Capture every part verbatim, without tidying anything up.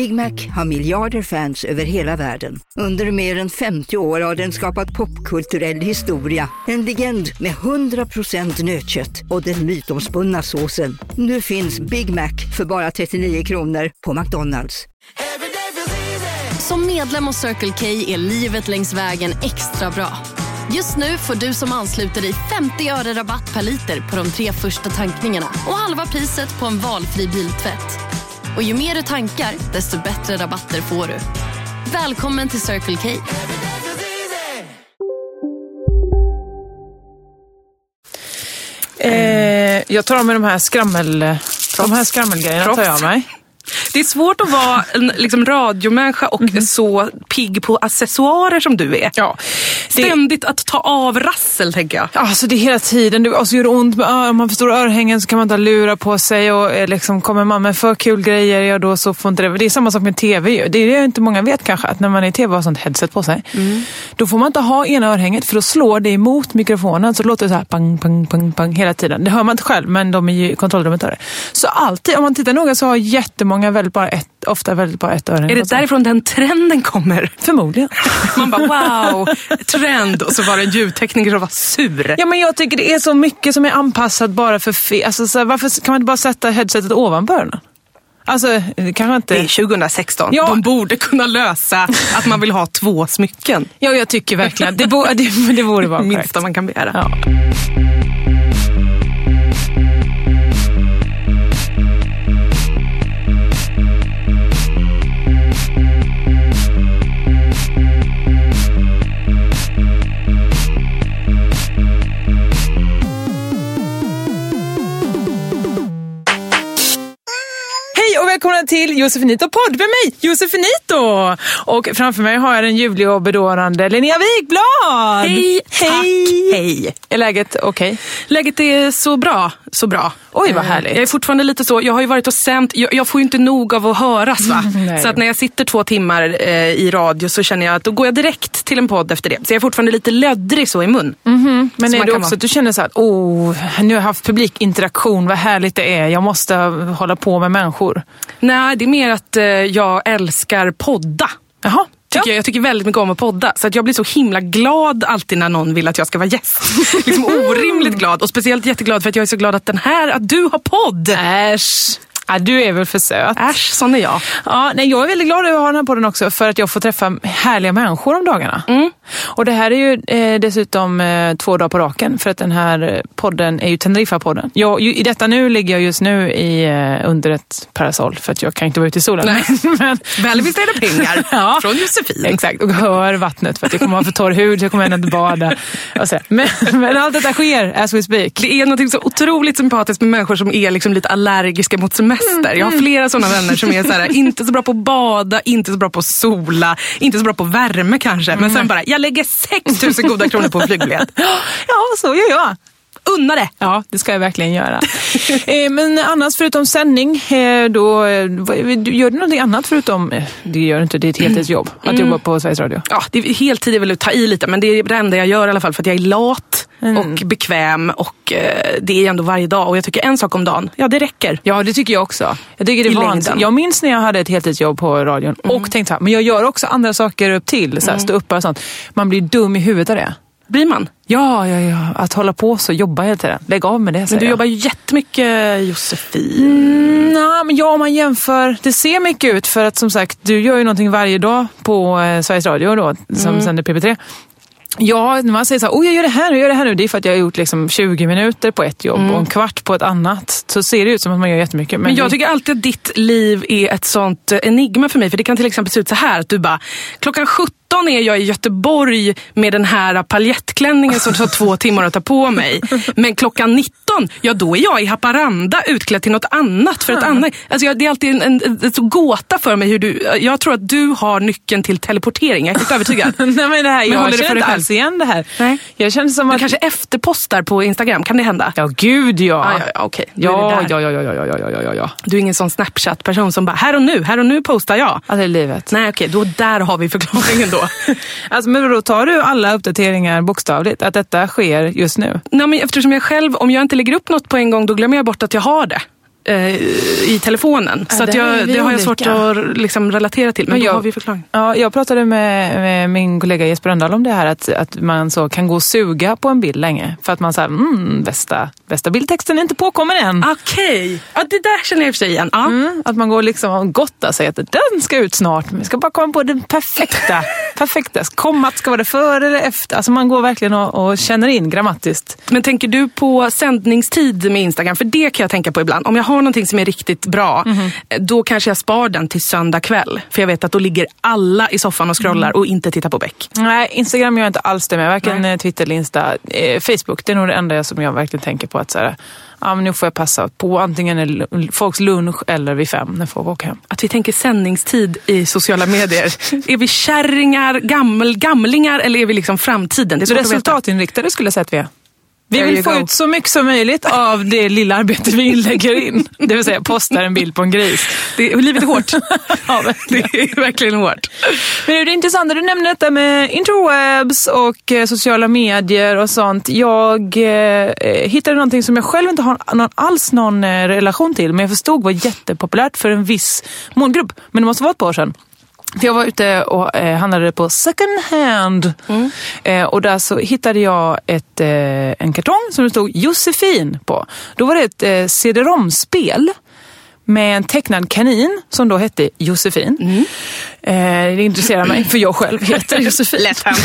Big Mac har miljarder fans över hela världen. Under mer än femtio år har den skapat popkulturell historia. En legend med hundra procent nötkött och den mytomspunna såsen. Nu finns Big Mac för bara trettionio kronor på McDonald's. Som medlem hos Circle K är livet längs vägen extra bra. Just nu får du som ansluter dig femtio öre rabatt per liter på de tre första tankningarna och halva priset på en valfri biltvätt. Och ju mer du tankar, desto bättre rabatter får du. Välkommen till Circle K. Eh, jag tar av mig de här skrammel, de här skrammelgrejerna tar jag av mig. Det är svårt att vara en liksom, radiomänniska och mm. så pigg på accessoarer som du är. Ja. Det... Ständigt att ta av rassel, tänker jag. Alltså det är hela tiden. Det alltså, gör det ont med, om man får stora örhängen så kan man ta lura på sig. Och liksom, kommer man med för kul grejer, ja, då så får inte det. Det är samma sak med tv. Ju. Det är det inte många vet kanske. Att när man är i tv har sånt headset på sig. Mm. Då får man inte ha ena örhänget. För då slår det emot mikrofonen. Så låter det så här pang, pang, pang, pang hela tiden. Det hör man inte själv. Men de är ju kontrollrummet av det. Så alltid, om man tittar noga så har jättemånga väldigt bara ett, ofta väldigt bara ett örhänge. Är det därifrån den trenden kommer? Förmodligen. Man bara, wow, trend. Och så var det en ljudtekniker som var sur. Ja, men jag tycker det är så mycket som är anpassat bara för fe- alltså, så här, varför kan man inte bara sätta headsetet ovanpå öronen? Alltså, det kanske inte... Det är tjugo sexton. Ja. De borde kunna lösa att man vill ha två smycken. Ja, jag tycker verkligen. Det, bo- det, det borde vara minsta man kan begära. Ja. Välkomna till Josefinito podd med mig, Josefinito. Och framför mig har jag den ljuvliga och bedårande Linnea Wikblad. Hej, hej. Tack, hej. Är läget okej? Okay? Läget är så bra, så bra. Oj, vad härligt. Jag är fortfarande lite så, jag har ju varit och sänt, jag, jag får ju inte nog av att höras, va? Mm, så att när jag sitter två timmar eh, i radio så känner jag att då går jag direkt till en podd efter det. Så jag är fortfarande lite löddrig så i mun. Mm-hmm. Men så är det också vara... att du känner så att, oh, nu har jag haft publikinteraktion, vad härligt det är. Jag måste hålla på med människor. Nej, det är mer att eh, jag älskar podda. Jaha. Tycker jag, jag tycker väldigt mycket om att podda. Så att jag blir så himla glad alltid när någon vill att jag ska vara gäst. Liksom orimligt glad. Och speciellt jätteglad för att jag är så glad att den här, att du har podd. Äsch. Ja, du är väl för söt. Äsch, sån är jag. Ja, nej, jag är väldigt glad att ha den här podden också för att jag får träffa härliga människor om dagarna. Mm. Och det här är ju eh, dessutom eh, två dagar på raken för att den här podden är ju Teneriffa-podden. Jag, ju, i detta nu ligger jag just nu i, eh, under ett parasoll för att jag kan inte vara ute i solen. Nej. Men väl visst är det pengar ja, från Josefin. Exakt, och hör vattnet för att jag kommer ha för torr hud så jag kommer ändå inte bada. Och så. Men, men allt detta sker as we speak. Det är något så otroligt sympatiskt med människor som är liksom lite allergiska mot semester. Mm. Jag har flera sådana vänner som är så här, inte så bra på att bada, inte så bra på att sola, inte så bra på värme kanske. Men sen bara, jag lägger sex tusen goda kronor på en flygbiljett. Ja, så gör jag. Unna det. Ja, det ska jag verkligen göra. eh, men annars förutom sändning, eh, då eh, gör du någonting annat förutom, eh, det gör du inte, det är ett heltidsjobb att mm. jobba på Sveriges Radio. Ja, det är heltid, är väl att ta i lite, men det är det enda jag gör i alla fall för att jag är lat mm. och bekväm och eh, det är ändå varje dag och jag tycker en sak om dagen, ja det räcker. Ja, det tycker jag också. Jag tycker det är vansinnigt. Jag minns när jag hade ett heltidsjobb på radion mm. och tänkte så här, men jag gör också andra saker upp till, så här, stå upp och sånt. Man blir dum i huvudet av det. Blir man? Ja, ja, ja. Att hålla på så jobba hela tiden. Lägg av med det. Men du jag. jobbar ju jättemycket, Josefin. Mm, nej, men ja, om man jämför. Det ser mycket ut för att som sagt, du gör ju någonting varje dag på eh, Sveriges Radio då, som mm. sänder P P tre. Ja, när man säger så här, oh jag gör det här nu, jag gör det här nu. Det är för att jag har gjort liksom tjugo minuter på ett jobb mm. och en kvart på ett annat. Så ser det ut som att man gör jättemycket. Men, men jag det... tycker alltid att ditt liv är ett sånt enigma för mig. För det kan till exempel se ut så här, att du bara, klockan sjutton är jag i Göteborg med den här paljettklänningen som tar två timmar att ta på mig. Men klockan nitton, ja då är jag i Haparanda utklädd till något annat för ett annat. Alltså jag, det är alltid en, en, en, en så gåta för mig hur du, jag tror att du har nyckeln till teleportering. Jag är helt övertygad. Nej, men det här, jag håller känner det inte alls igen det här. Nej. Jag känner som att... Du kanske efterpostar på Instagram, kan det hända? Ja, gud ja. Ah, ja, ja okej. Ja, ja, ja, ja, ja, ja, ja, ja, ja. Du är ingen sån Snapchat-person som bara, här och nu, här och nu postar jag. Ja, det är livet. Nej, okej, då där har vi förklaringen då. Alltså, men då tar du alla uppdateringar bokstavligt, att detta sker just nu? Nej, men eftersom jag själv, om jag inte lägger upp något på en gång, då glömmer jag bort att jag har det. eh, i telefonen. Ja, så att jag, det har jag svårt att liksom relatera till. Men, men jag, då har vi förklaring. Ja, jag pratade med, med min kollega Jesper Rönndahl om det här. Att, att man så kan gå och suga på en bild länge. För att man säger, mm, bästa, bästa bildtexten är inte påkommen än. Okej, okay. Ja, det där känner jag för sig igen. Ja. Mm, att man går liksom och gottar sig att den ska ut snart. Men vi ska bara komma på den perfekta. perfekta. Kommat ska vara det före eller efter. Alltså man går verkligen och, och känner in grammatiskt. Men tänker du på sändningstid med Instagram? För det kan jag tänka på ibland. Om jag har någonting som är riktigt bra, mm-hmm. då kanske jag spar den till söndag kväll. För jag vet att då ligger alla i soffan och scrollar mm. och inte tittar på Beck. Nej, Instagram gör jag inte alls det med. Varken Nej. Twitter eller Insta. Eh, Facebook, det är nog det enda som jag verkligen tänker på. Att så här, ja, men nu får jag passa på antingen folks lunch eller vid fem när folk åker hem. Att vi tänker sändningstid i sociala medier. Är vi kärringar, gammel, gamlingar eller är vi liksom framtiden? Det är resultatinriktade skulle jag säga att vi är. Vi vill få go. ut så mycket som möjligt av det lilla arbete vi lägger in. Det vill säga posta en bild på en gris. Det är, livet är hårt. Ja, det är verkligen hårt. Men det är intressant att du nämnde detta med interwebs och eh, sociala medier och sånt. Jag eh, hittade någonting som jag själv inte har någon, alls någon eh, relation till. Men jag förstod var jättepopulärt för en viss målgrupp. Men det måste vara ett par år sedan. För jag var ute och eh, handlade på second hand. Mm. Eh, och där så hittade jag ett, eh, en kartong som det stod Josefin på. Då var det ett eh, C D-ROM-spel med en tecknad kanin som då hette Josefin. Mm. Eh, det intresserar mig för jag själv heter Josefin. Lätt hänt.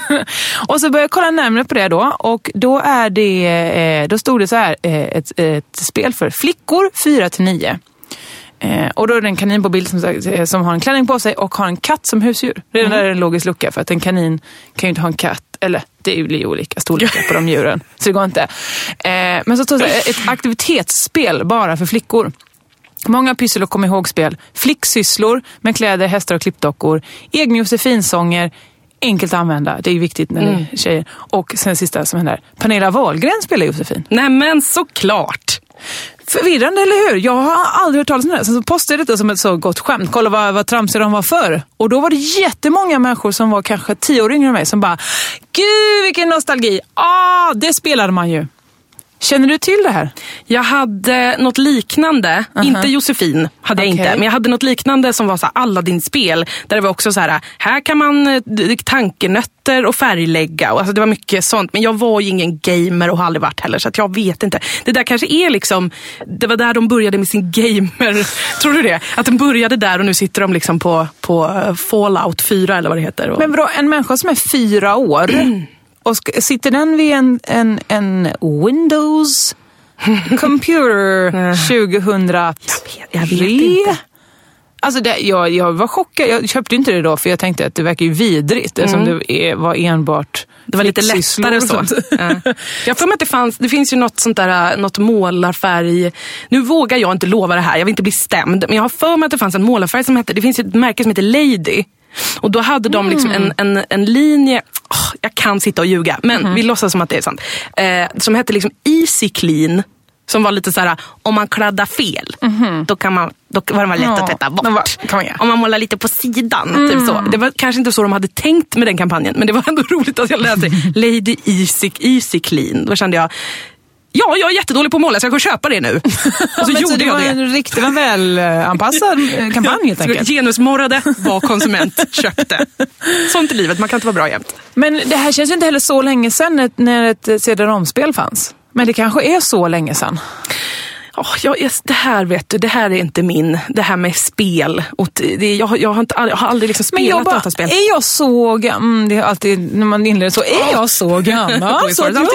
Och så började jag kolla närmare på det då. Och då, är det, eh, då stod det så här eh, ett, ett spel för flickor fyra till nio. Eh, och då är det en kanin på bild som, som har en klänning på sig och har en katt som husdjur. Redan mm. där är en logisk lucka för att en kanin kan ju inte ha en katt. Eller det blir ju olika storlekar på de djuren. Så det går inte. Eh, men så tog det ett aktivitetsspel bara för flickor. Många pyssel och kom ihåg-spel. Flicksysslor med kläder, hästar och klippdockor. Egna Josefinsånger. Enkelt att använda, det är ju viktigt när det är tjejer. Och sen sista som händer. Pernilla Wahlgren spelar Josefin. Nej men såklart. Förvirrande, eller hur? Jag har aldrig hört talas om det. Sen så postade jag det som ett så gott skämt. Kolla vad, vad tramsiga de var för. Och då var det jättemånga människor som var kanske tio år yngre än mig som bara, gud vilken nostalgi. Ah, det spelade man ju. Känner du till det här? Jag hade något liknande, uh-huh. inte Josefin hade jag okay. inte, men jag hade något liknande som var så här Aladdin-spel där det var också så här, här kan man tankenötter och färglägga och alltså det var mycket sånt, men jag var ju ingen gamer och har aldrig varit heller så att jag vet inte. Det där kanske är liksom, det var där de började med sin gamer, tror du det? Att de började där och nu sitter de liksom på, på Fallout fyra eller vad det heter. Men bra, en människa som är fyra år och ska, sitter den vid en, en, en Windows computer tjugohundratre? Jag vet, jag vet inte. Alltså det, jag, jag var chockad. Jag köpte inte det då för jag tänkte att det verkar ju vidrigt mm. eftersom det är, var enbart det var lite lättare så. Ja. Jag får mig att det fanns, det finns ju något sånt där, något målarfärg. Nu vågar jag inte lova det här, jag vill inte bli stämd. Men jag har för mig att det fanns en målarfärg som hette, det finns ett märke som heter Lady. Och då hade de liksom en, en, en linje, oh, jag kan sitta och ljuga, men mm. vi låtsas som att det är sant. Eh, som hette liksom Easy Clean. Som var lite så här, om man kladdar fel, mm-hmm. då, kan man, då var det lätt ja. att tvätta bort. Var, om man målar lite på sidan. Mm. Typ så. Det var kanske inte så de hade tänkt med den kampanjen. Men det var ändå roligt att jag läste Lady Easy, Easy Clean. Då kände jag, ja, jag är jättedålig på att måla så jag kan köpa det nu. Och så ja, gjorde så det jag var det. En riktigt väl anpassad kampanj helt enkelt. Genusmorrade, var konsument, köpte. Sånt i livet, man kan inte vara bra jämt. Men det här känns ju inte heller så länge sedan när ett C D-ROM-spel fanns. Men det kanske är så länge sedan. Oh, jag, det här vet du, det här är inte min, det här med spel. Och det, jag, jag, har inte, jag har aldrig liksom spelat jag bara, dataspel. Är jag så gammal? Det är alltid när man inleder så, är jag så gammal? så det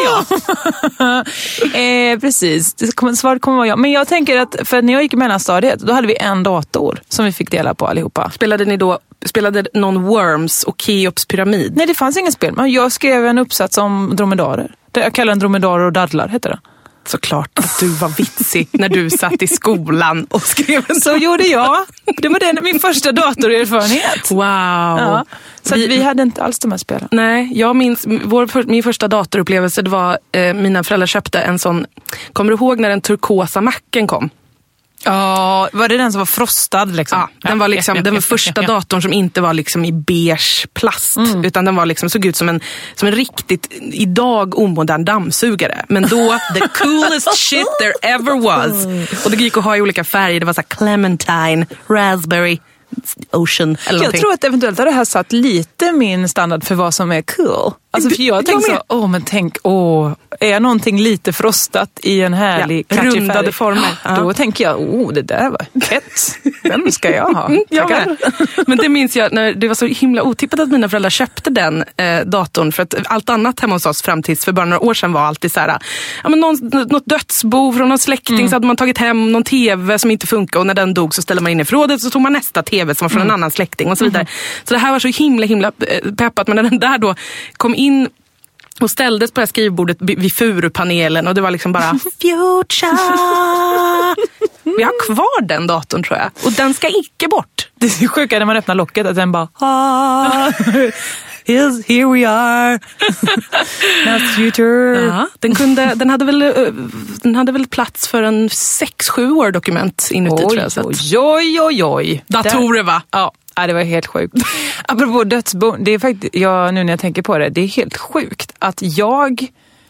jag. eh, precis, det kommer, svaret kommer vara jag. Men jag tänker att, för när jag gick i mellanstadiet, då hade vi en dator som vi fick dela på allihopa. Spelade ni då, spelade någon Worms och Keops pyramid? Nej, det fanns inget spel. Men jag skrev en uppsats om dromedarer. Jag kallar den dromedarer och dadlar, heter det. Såklart att du var vitsig när du satt i skolan och skrev en. Så gjorde jag. Det var den, min första datorerfarenhet. Wow. Ja, så vi, vi hade inte alls de här spelen. Nej, jag minns, vår, min första datorupplevelse, det var eh, mina föräldrar köpte en sån, kommer du ihåg när den turkosa macken kom? Ja, var det den som var frostad liksom? Ja, den var liksom den var första datorn som inte var liksom i beige plast, mm. utan den var liksom såg ut som en som en riktigt idag omodern dammsugare, men då the coolest shit there ever was. Och det gick att ha i olika färger. Det var så här clementine, raspberry, ocean eller någonting. Jag tror att eventuellt har det här satt lite min standard för vad som är cool. Alltså för jag tänker så, åh oh, men tänk, åh, oh, är jag någonting lite frostat i en härlig ja, rundade färg, former. Ja. Då tänker jag, åh oh, det där var fett. Den ska jag ha. Ja, men det minns jag när det var så himla otippat att mina föräldrar köpte den eh, datorn, för att allt annat hemma hos oss fram tills för bara några år sedan var alltid så här, ja men någon, något dödsbo från någon släkting, mm. så hade man tagit hem någon tv som inte funkar, och när den dog så ställde man in i förrådet, så tog man nästa tv som var från mm. en annan släkting och så vidare. Mm. Så det här var så himla himla peppat, men när den där då kom in och ställdes på det här skrivbordet vid furupanelen, och det var liksom bara future. Vi har kvar den datorn tror jag, och den ska icke bort. Det är sjuka när man öppnar locket att den bara ah, yes, here we are. Now future. Ja, den kunde den hade väl den hade väl plats för en sex sju år dokument inuti, oj, tror jag, så att... oj oj oj. Datorer va? Ja. Ja, det var helt sjukt. Apropå dödsbo, det är faktiskt, ja, nu när jag tänker på det, det är helt sjukt att jag,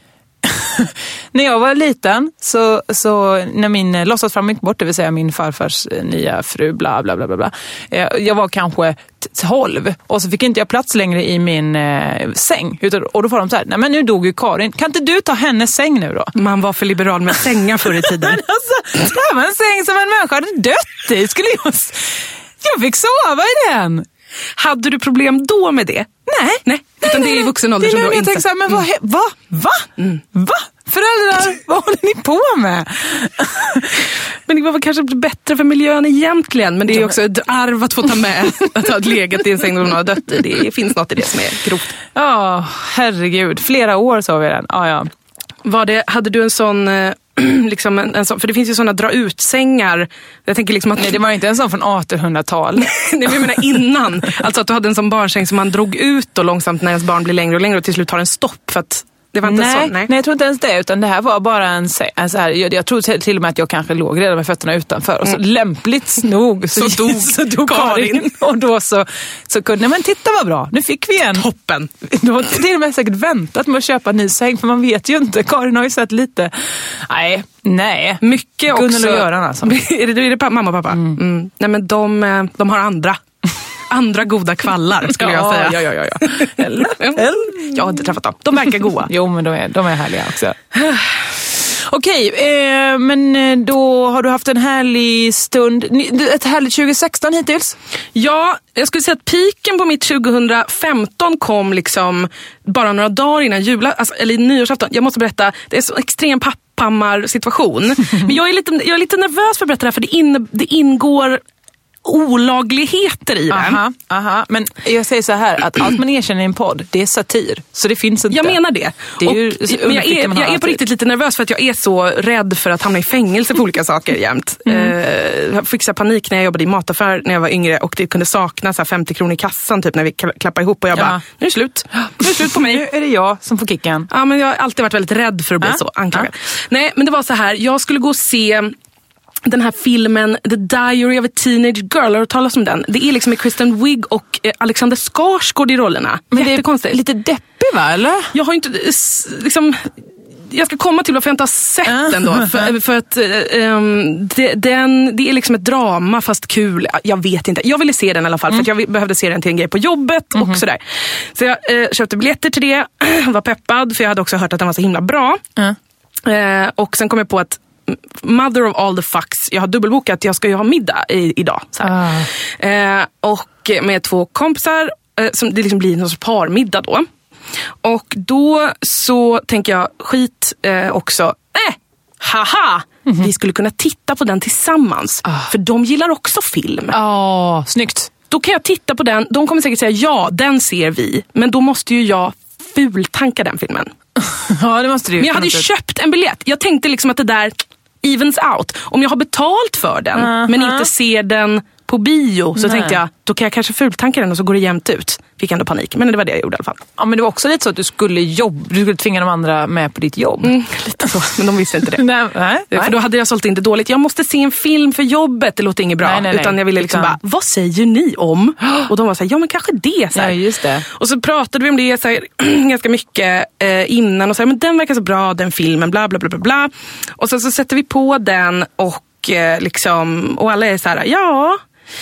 när jag var liten, så, så när min låtsasfarmor gick bort, det vill säga min farfars nya fru, bla bla bla bla, jag var kanske tolv, och så fick inte jag plats längre i min eh, säng, utan, och då var de så här, nej men nu dog ju Karin, kan inte du ta hennes säng nu då? Man var för liberal med sängar förr i tiden. Men alltså, det här var en säng som en människa hade dött i, skulle jag... Jag fick sova i den. Hade du problem då med det? Nej. Nej, utan nej, det är i vuxen ålder som du inte... Jag så här, men vad? Va? Va? Mm. Va? Föräldrar, vad håller ni på med? Men det var kanske bättre för miljön egentligen, men det är också ett arv att få ta med att ha legat i en säng och någon har dött i. Det finns något i det som är grovt. Ja, oh, herregud. Flera år så vi den. Ah, ja. Var det, hade du en sån... liksom en, en sån, för det finns ju såna dra ut sängar. Jag tänker liksom att nej, det var inte en sån från artonhundratal. Nej, men jag menar innan. Alltså att du hade en sån barnsäng som man drog ut då långsamt när ens barn blir längre och längre och till slut tar en stopp för att det var inte nej, så. Nej. nej, jag tror inte ens det, utan det här var bara en, en så här, jag, jag tror till och med att jag kanske låg redan med fötterna utanför och så mm. lämpligt nog så, så dog, så dog Karin. Karin och då så, så kunde men titta vad bra, nu fick vi en toppen. Då har till och med säkert väntat med att köpa en ny säng, för man vet ju inte, Karin har ju sett lite nej, nej, mycket också. Gunnel och Göran alltså. Är det, är det mamma och pappa? Mm. Mm. Nej men de, de har andra Andra goda kvallar skulle ja, jag säga. Ja, ja, ja. Eller? Jag har inte träffat dem. De verkar goda. Jo, men de är, de är härliga också. Okej, eh, men då har du haft en härlig stund. Ett härligt tjugo sexton hittills? Ja, jag skulle säga att piken på mitt tjugo femton kom liksom bara några dagar innan jula, alltså, eller nyårsafton. Jag måste berätta, det är så extrem pappammar-situation. Men jag är, lite, jag är lite nervös för att berätta det här, för det, in, det ingår olagligheter i den. Aha, aha. Men jag säger så här, att allt man erkänner i en podd, det är satir. Så det finns inte. Jag menar det. det är och, ju, men jag är, jag är på riktigt lite nervös för att jag är så rädd för att hamna i fängelse för olika saker jämt. Mm. Uh, jag fick så panik när jag jobbade i mataffär när jag var yngre, och det kunde saknas femtio kronor i kassan typ när vi klappade ihop, och jag bara, ja. nu är det slut. Nu är det slut på mig. Nu är det jag som får kicken. Ja, men jag har alltid varit väldigt rädd för att bli äh? så anklagad. Äh? Nej, men det var så här, jag skulle gå och se den här filmen The Diary of a Teenage Girl, har du talat om den? Det är liksom med Kristen Wiig och Alexander Skarsgård i rollerna. Men jättekonstigt. Det är lite deppig va, eller? Jag har inte liksom... Jag ska komma till varför jag inte har sett den då. För, för att um, det, den, det är liksom ett drama fast kul. Jag vet inte. Jag ville se den i alla fall mm. för att jag behövde se den till en grej på jobbet mm-hmm. och sådär. Så jag uh, köpte biljetter till det. Var peppad för jag hade också hört att den var så himla bra. Mm. Uh, och sen kom jag på att mother of all the fucks, jag har dubbelbokat, jag ska ju ha middag i, idag. Så här. Ah. Uh, och med två kompisar. Uh, som det liksom blir en sorts parmiddag då. Och då så tänker jag, skit eh, också, eh, haha, mm-hmm. vi skulle kunna titta på den tillsammans. Ah. För de gillar också film. Ja, oh, snyggt. Då kan jag titta på den, de kommer säkert säga ja, den ser vi. Men då måste ju jag fultanka den filmen. Ja, det måste du ju. Men jag hade ju köpt en biljett. Jag tänkte liksom att det där evens out. Om jag har betalt för den, uh-huh. men inte ser den på på bio så Nej. tänkte jag, då kan jag kanske fultanka den och så går det jämnt ut. Fick ändå panik, men det var det jag gjorde i alla fall. Ja, men det var också lite så att du skulle jobba, du skulle tvinga de andra med på ditt jobb. Mm, lite så, men de visste inte det. nej, nej, nej. För då hade jag sålt in det dåligt. Jag måste se en film för jobbet, det låter inget bra. Nej, nej, nej. Utan jag ville liksom Utan... bara, vad säger ni om? Och de var så här, ja men kanske det. Så här. Ja, just det. Och så pratade vi om det så här, ganska mycket eh, innan och så här, men den verkar så bra, den filmen, bla bla bla bla bla. Och sen så sätter vi på den och eh, liksom, och alla är så här, ja,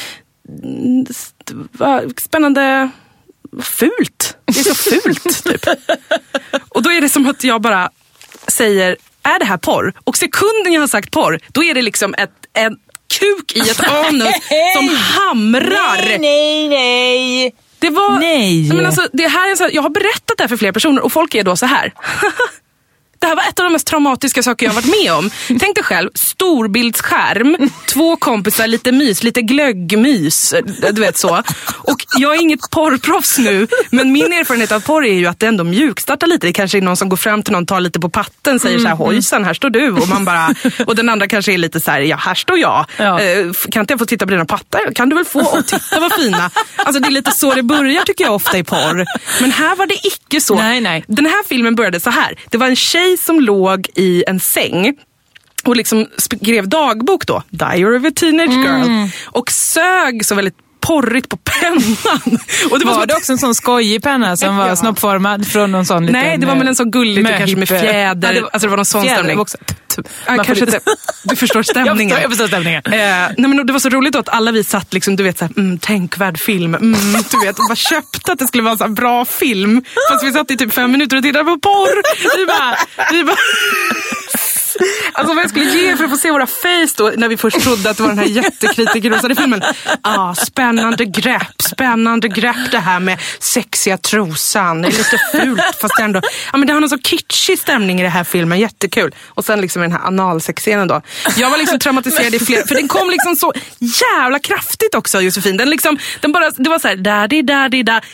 vad spännande, fult. Det är så fult typ. Och då är det som att jag bara säger, är det här porr? Och sekunden jag har sagt porr, då är det liksom ett, en kuk i ett anus som hamrar. Nej, nej, nej. Det var, nej. Men alltså, det här är så, jag har berättat det här för flera personer och folk är då så här. Det här var ett av de mest traumatiska saker jag har varit med om. Tänk dig själv, storbildsskärm, två kompisar, lite mys, lite glöggmys, du vet så. Och jag är inget porrproffs nu, men min erfarenhet av porr är ju att det ändå mjukstartar lite. Det kanske är någon som går fram till någon, tar lite på patten, säger så här, hojsan, här står du. Och man bara, och den andra kanske är lite så här, ja, här står jag. Ja. Kan inte jag få titta på dina pattar? Kan du väl få? Och titta vad fina. Alltså det är lite så det börjar tycker jag ofta i porr. Men här var det icke så. Nej, nej. Den här filmen började så här. Det var en tjej som låg i en säng och liksom skrev dagbok då, Diary of a Teenage Girl, mm. och sög så väldigt porrigt på pennan. Och det var, var det också en sån skojig penna som var ja. snoppformad från någon sån liten... Nej, det var väl en sån gullig, kanske med fjäder. Ja, det var, alltså det var någon sån stämning. Också. Ja, kanske inte. Du förstår stämningen. jag, förstår, jag förstår stämningen. Eh, nej, men det var så roligt då att alla vi satt liksom, du vet så här, mm, tänkvärd film. Mm, du vet, och bara köpte att det skulle vara en så här bra film. Fast vi satt i typ fem minuter och tittade på porr. Vi bara... Vi bara alltså vad jag skulle ge för att få se våra face då när vi först trodde att det var den här jättekritikerrosade filmen. Ah, spännande grepp, spännande grepp det här med sexiga trosan. Det är lite fult fast ändå. Ja, men det har någon så kitschig stämning i den här filmen, jättekul. Och sen liksom den här analsexscenen då. Jag var liksom traumatiserad i flera, för den kom liksom så jävla kraftigt också, Josefin. Den liksom, den bara, det var så här, daddy, daddy, daddy.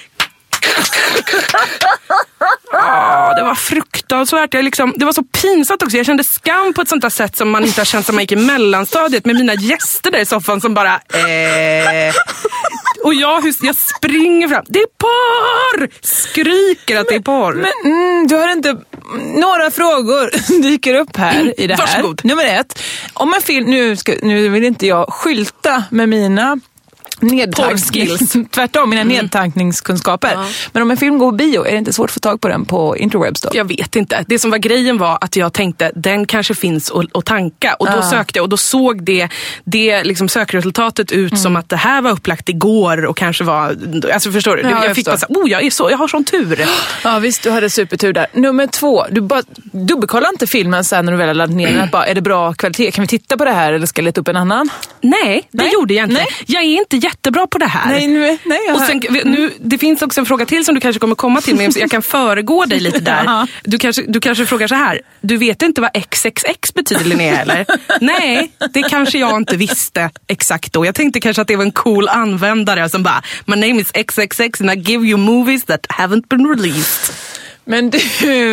Oh, det var fruktansvärt. Jag liksom, det var så pinsamt också. Jag kände skam på ett sånt där sätt som man inte har känt som man gick i mellanstadiet med mina gäster där i soffan som bara eh. och jag, jag springer fram. Det är porr! Skriker att det är porr. Men mm, du har inte... Några frågor dyker upp här i det här. Varsågod. Nummer ett. Om en film... Nu, ska, nu vill inte jag skylta med mina... Nedtankskills. Tvärtom, mina mm. nedtankningskunskaper. Ja. Men om en film går på bio, är det inte svårt att få tag på den på interwebs då? Jag vet inte. Det som var grejen var att jag tänkte, den kanske finns att, att tanka. Och då ja. sökte jag och då såg det, det liksom sökresultatet ut mm. som att det här var upplagt igår och kanske var, alltså förstår du? Ja, jag, jag fick bara så, oh jag är så, jag har sån tur. Ja visst, du hade supertur där. Nummer två, du bara dubbelkollar inte filmen sen när du väl har laddat ner den. Mm. Bara, är det bra kvalitet? Kan vi titta på det här eller ska jag leta upp en annan? Nej, det nej. gjorde jag inte. Nej. Jag är inte jättebra på det här. Nej, nu, nej, jag och sen, nu, det finns också en fråga till som du kanske kommer komma till, men jag kan föregå dig lite där. Du kanske, du kanske frågar så här, du vet inte vad X X X betyder, Linnea, eller? Nej, det kanske jag inte visste exakt då. Jag tänkte kanske att det var en cool användare som bara, my name is X X X and I give you movies that haven't been released. Men du,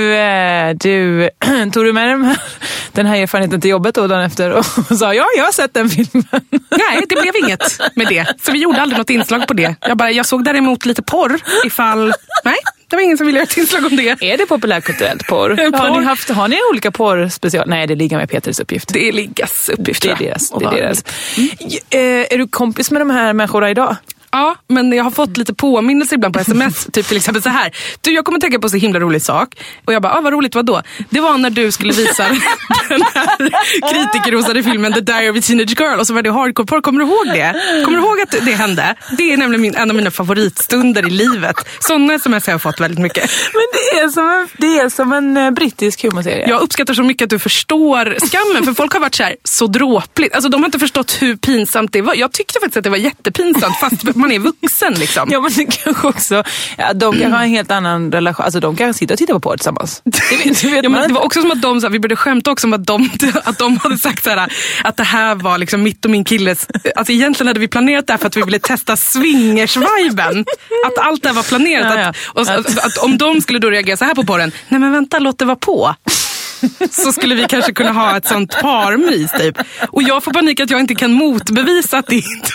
du tog du med den här, den här erfarenheten till jobbet då dagen efter och sa, ja, jag har sett den filmen. Nej, det blev inget med det. Så vi gjorde aldrig något inslag på det. Jag, bara, jag såg däremot lite porr ifall... Nej, det var ingen som ville göra ett inslag om det. Är det populärkulturellt porr? porr? Har, ni haft, har ni olika porrspecial? Nej, det ligger med Peters uppgift. Det är Liggas uppgift. Det är deras. Det är, deras. Mm. Är, är du kompis med de här människorna idag? Ja, men jag har fått lite påminnelser ibland på sms. Typ till exempel så här. Du, jag kommer tänka på så himla rolig sak. Och jag bara, ah, vad roligt, vad då? Det var när du skulle visa den här kritikerrosade filmen The Diary of a Teenage Girl. Och så var det hardcore porr. Kommer du ihåg det? Kommer du ihåg att det hände? Det är nämligen min, en av mina favoritstunder i livet. Sådana sms har jag fått väldigt mycket. Men det är som en, det är som en uh, brittisk humorserie. Jag uppskattar så mycket att du förstår skammen. För folk har varit så här, så dråpligt. Alltså de har inte förstått hur pinsamt det var. Jag tyckte faktiskt att det var jättepinsamt fast man är vuxen liksom. Ja, men det kanske också, ja, de kan mm. ha en helt annan relation, alltså de kan sitta och titta på porr tillsammans. Det, vet, det, vet ja, men det var också som att de, så här, vi började skämta också om att de, att de hade sagt så här, att det här var liksom mitt och min killes, alltså egentligen hade vi planerat det här för att vi ville testa swingers-viben. Att allt det här var planerat. Ja, ja. Att, och, att, att om de skulle då reagera så här på porren, nej men vänta, låt det vara på. så skulle vi kanske kunna ha ett sånt parmys typ. Och jag får panik att jag inte kan motbevisa att det inte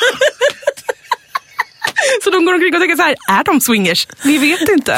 så de går omkring och tänker så här, är de swingers? Vi vet inte.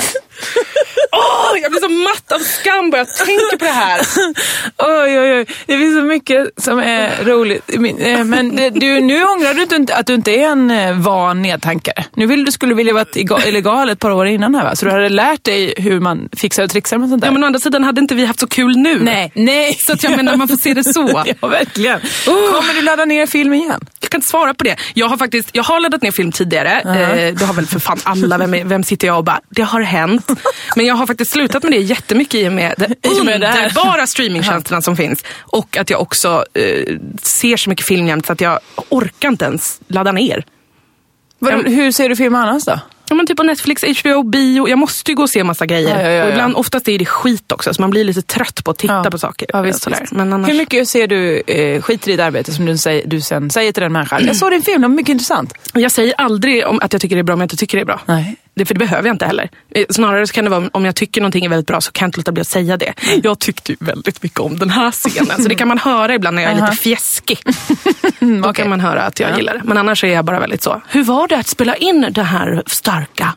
Åh, oh, jag blir så matt av skam bara jag tänker på det här. Oj, oj, oj. Det finns så mycket som är roligt. Men du, nu ångrar du inte att du inte är en van nedtankare. Nu vill du skulle vilja vara illegal ett par år innan här, va? Så du hade lärt dig hur man fixar och trixar med sånt där. Ja, men å andra sidan hade inte vi haft så kul nu. Nej, nej. Så att jag menar, man får se det så. Ja, verkligen. Oh. Kommer du ladda ner film igen? Jag kan inte svara på det. Jag har faktiskt, jag har laddat ner film tidigare. Uh-huh. eh, det har väl för fan alla. Vem, vem sitter jag och bara, det har hänt. Men jag har faktiskt slutat med det jättemycket i och med det underbara streamingtjänsterna som finns. Och att jag också eh, ser så mycket film jämt så att jag orkar inte ens ladda ner. Var, hur ser du film annars då? Ja, men typ på Netflix, H B O, bio. Jag måste ju gå och se massa grejer. Ja, ja, ja, ja. Och ibland, oftast är det skit också. Så man blir lite trött på att titta ja. på saker. Ja, visst, sådär. visst. Men annars... Hur mycket ser du eh, skit i ditt arbete som du, säger, du sen säger till den människan? Jag såg din film, det var mycket intressant. Jag säger aldrig om att jag tycker det är bra om jag inte tycker det är bra. Nej. Det, för det behöver jag inte heller. Snarare så kan det vara om jag tycker någonting är väldigt bra så kan jag inte låta bli att säga det. Mm. Jag tyckte ju väldigt mycket om den här scenen. Så det kan man höra ibland när jag är uh-huh. lite fjäskig. Då okay. kan man höra att jag ja. gillar det. Men annars är jag bara väldigt så. Hur var det att spela in det här starka?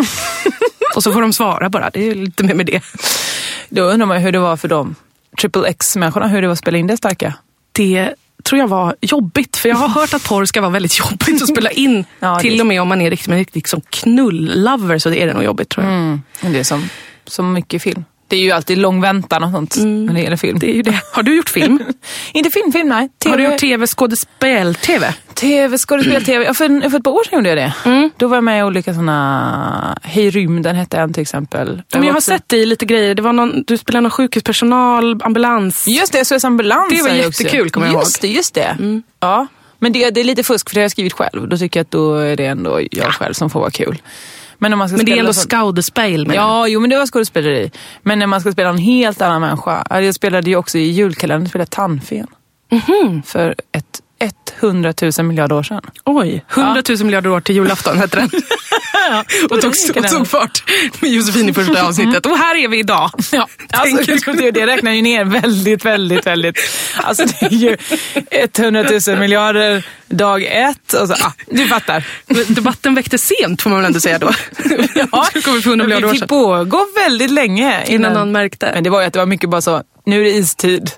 Och så får de svara bara. Det är lite mer med det. Då undrar man hur det var för dem. Triple X-människorna, hur det var att spela in det starka. Det tror jag var jobbigt. För jag har hört att porr ska vara väldigt jobbigt att spela in. Ja, till och med om man är riktigt, men riktigt som knull-lover så är det nog jobbigt, tror jag. Mm. Det är som, som mycket film. Det är ju alltid lång väntan och sånt mm. när det gäller film. Det är ju det. Har du gjort film? Inte film, film, nej. T V... Har du gjort tv-skådespel-tv? Tv-skådespel-tv. Ja, för, för ett par år sedan gjorde jag det. Mm. Då var jag med i olika sådana... Hej rymden hette en till exempel. Men jag har också... sett dig lite grejer. Det var någon, du spelade någon sjukhuspersonal, ambulans. Just det, S O S ambulans. Det var jättekul, kommer jag ihåg. Just det, just det. Mm. Ja. Men det, det är lite fusk för det har jag skrivit själv. Då tycker jag att då är det ändå jag ja. själv som får vara kul. Men, om man ska men det är ändå så... skådespel. Men... Ja, jo, men det var skådespeleri. Men när man ska spela en helt annan människa. Jag spelade ju också i julkalendern, jag spelade tandfen. Mm-hmm. För ett hundratusen miljarder år sedan. Oj, hundratusen ja. miljarder år till julafton heter den. Ja, och tog, och tog fart med Josefin i första avsnittet. Och här är vi idag. Ja, alltså, det, det räknar ju ner väldigt, väldigt, väldigt. Alltså det är ju hundratusen miljarder dag ett. Och så, ah, du fattar. Debatten väckte sent, får man väl ändå säga då. Ja, vi fick pågå väldigt länge innan, innan någon märkte. Men det var ju att det var mycket bara så, nu är det istid.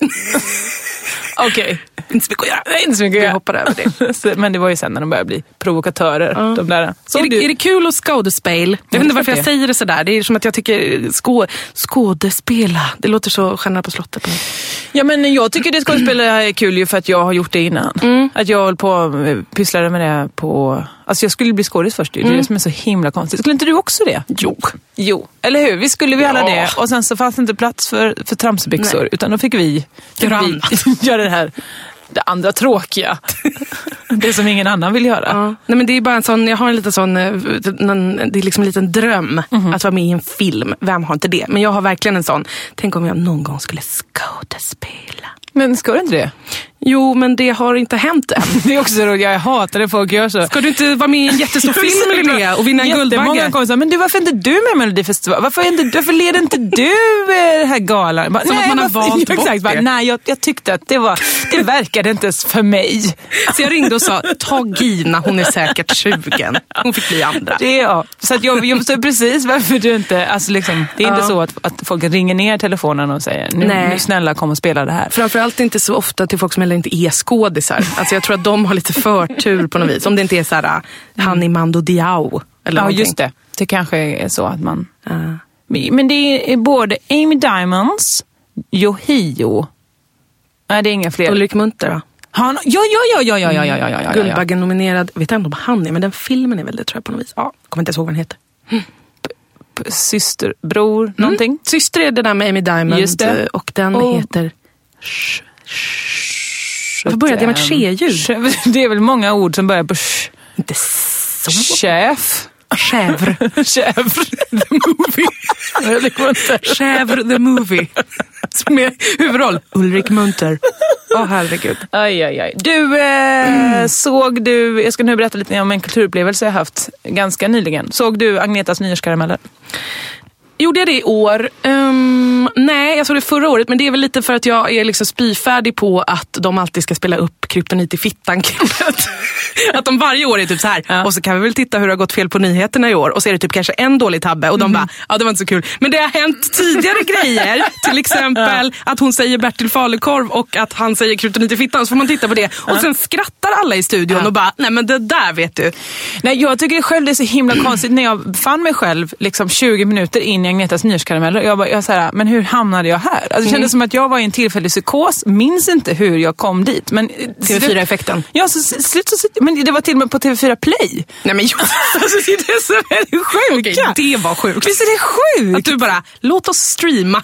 Okej. Okay. Inte så mycket att göra. Nej, inte så mycket att göra. Jag hoppar över det. Men det var ju sen när de började bli provokatörer. Ja. De där. Är det, är det kul att skådespel? Jag vet inte varför jag säger det sådär. Det är som att jag tycker skå, skådespela. Det låter så Stjärnorna på slottet. Ja, men jag tycker det skådespela är kul ju för att jag har gjort det innan. Mm. Att jag höll på pysslade med det på... Alltså jag skulle bli skådis först. Det är mm. det som är så himla konstigt. Skulle inte du också det? Jo. Jo. Eller hur? Vi skulle vi alla ja. det. Och sen så fanns det inte plats för, för tramsbyxor. Nej. Utan då fick vi, fick vi göra det här... Det andra tråkiga. Det som ingen annan vill göra. Ja. Nej, men det är bara en sån, jag har en liten sån, det är liksom en liten dröm mm-hmm. att vara med i en film. Vem har inte det? Men jag har verkligen en sån, tänk om jag någon gång skulle skådespela. Men ska du inte det? Jo, men det har inte hänt än. Det är också så roligt, jag hatar det folk gör så. Ska du inte vara med i en jättestor film, Linnea, och vinna en Guldbagge? Kommer så, men du, varför är inte du med i Melodifestivalen? Varför, inte, varför leder inte du den här galan? Bara, som nej, att man har varför, valt bort exakt, bara, nej, jag, jag tyckte att det var, det verkade inte ens för mig. Så jag ringde och sa, ta Gina, hon är säkert tjugo. Hon fick bli andra. Det är ja. Så att jag, jag förstår precis varför du inte, alltså liksom, det är ja. inte så att, att folk ringer ner telefonen och säger, nu, nu snälla kom och spela det här. Framförallt inte så ofta till folk som heller inte är skåd. Alltså jag tror att de har lite förtur på något vis. Om det inte är så här Hanni Mando Diao eller ja, någonting. Just det. Det kanske är så att man... Uh. Men det är både Amy Diamonds, Yohio. Nej, det är inga fler. Ulrik Munther, va? Han, ja, ja, ja, ja, ja, ja, ja, ja, ja. Guldbaggen nominerad. Jag vet inte om han är, men den filmen är väldigt, tror jag, på något vis. Ja, kommer inte ens ihåg vad den heter. Mm. Syster, bror, mm. någonting. Syster är det där med Amy Diamond. Just det. Och den oh. heter... Varför börjar det med ett tje-ljud? Det är väl många ord som börjar på sh. Inte så. Chef. Chèvre. Chèvre the movie. Chèvre the movie. Som är huvudroll. Ulrik Munther. Åh, oh, herregud. Aj, aj, aj. Du, eh, mm. såg du... Jag ska nu berätta lite om en kulturupplevelse jag haft ganska nyligen. Såg du Agnetas nyårskarameller? Gjorde jag det i år? Um, nej, jag såg det förra året. Men det är väl lite för att jag är liksom spyfärdig på att de alltid ska spela upp kryptonit i fittan-klippet. Att de varje år är typ så här. Ja. Och så kan vi väl titta hur det har gått fel på nyheterna i år. Och så är det typ kanske en dålig tabbe. Och de mm. bara, ja det var inte så kul. Men det har hänt tidigare grejer. Till exempel ja. att hon säger Bertil Falukorv och att han säger kryptonit i fittan. Så får man titta på det. Och ja. sen skrattar alla i studion ja. och bara, nej men det där vet du. Nej, jag tycker det själv det är så himla konstigt. När jag fann mig själv liksom tjugo minuter in i Agnetas nyårskarameller. Jag bara, jag så här, men hur hamnade jag här? Alltså, det kändes mm. som att jag var i en tillfällig psykos. Minns inte hur jag kom dit. Men T V fyra-effekten. Ja, så slut så, men det var till och med på T V fyra Play. Nej men jag, alltså, det är så väldigt sjukt. Okej, det var sjukt. Visst är det sjukt? Att du bara, låt oss streama.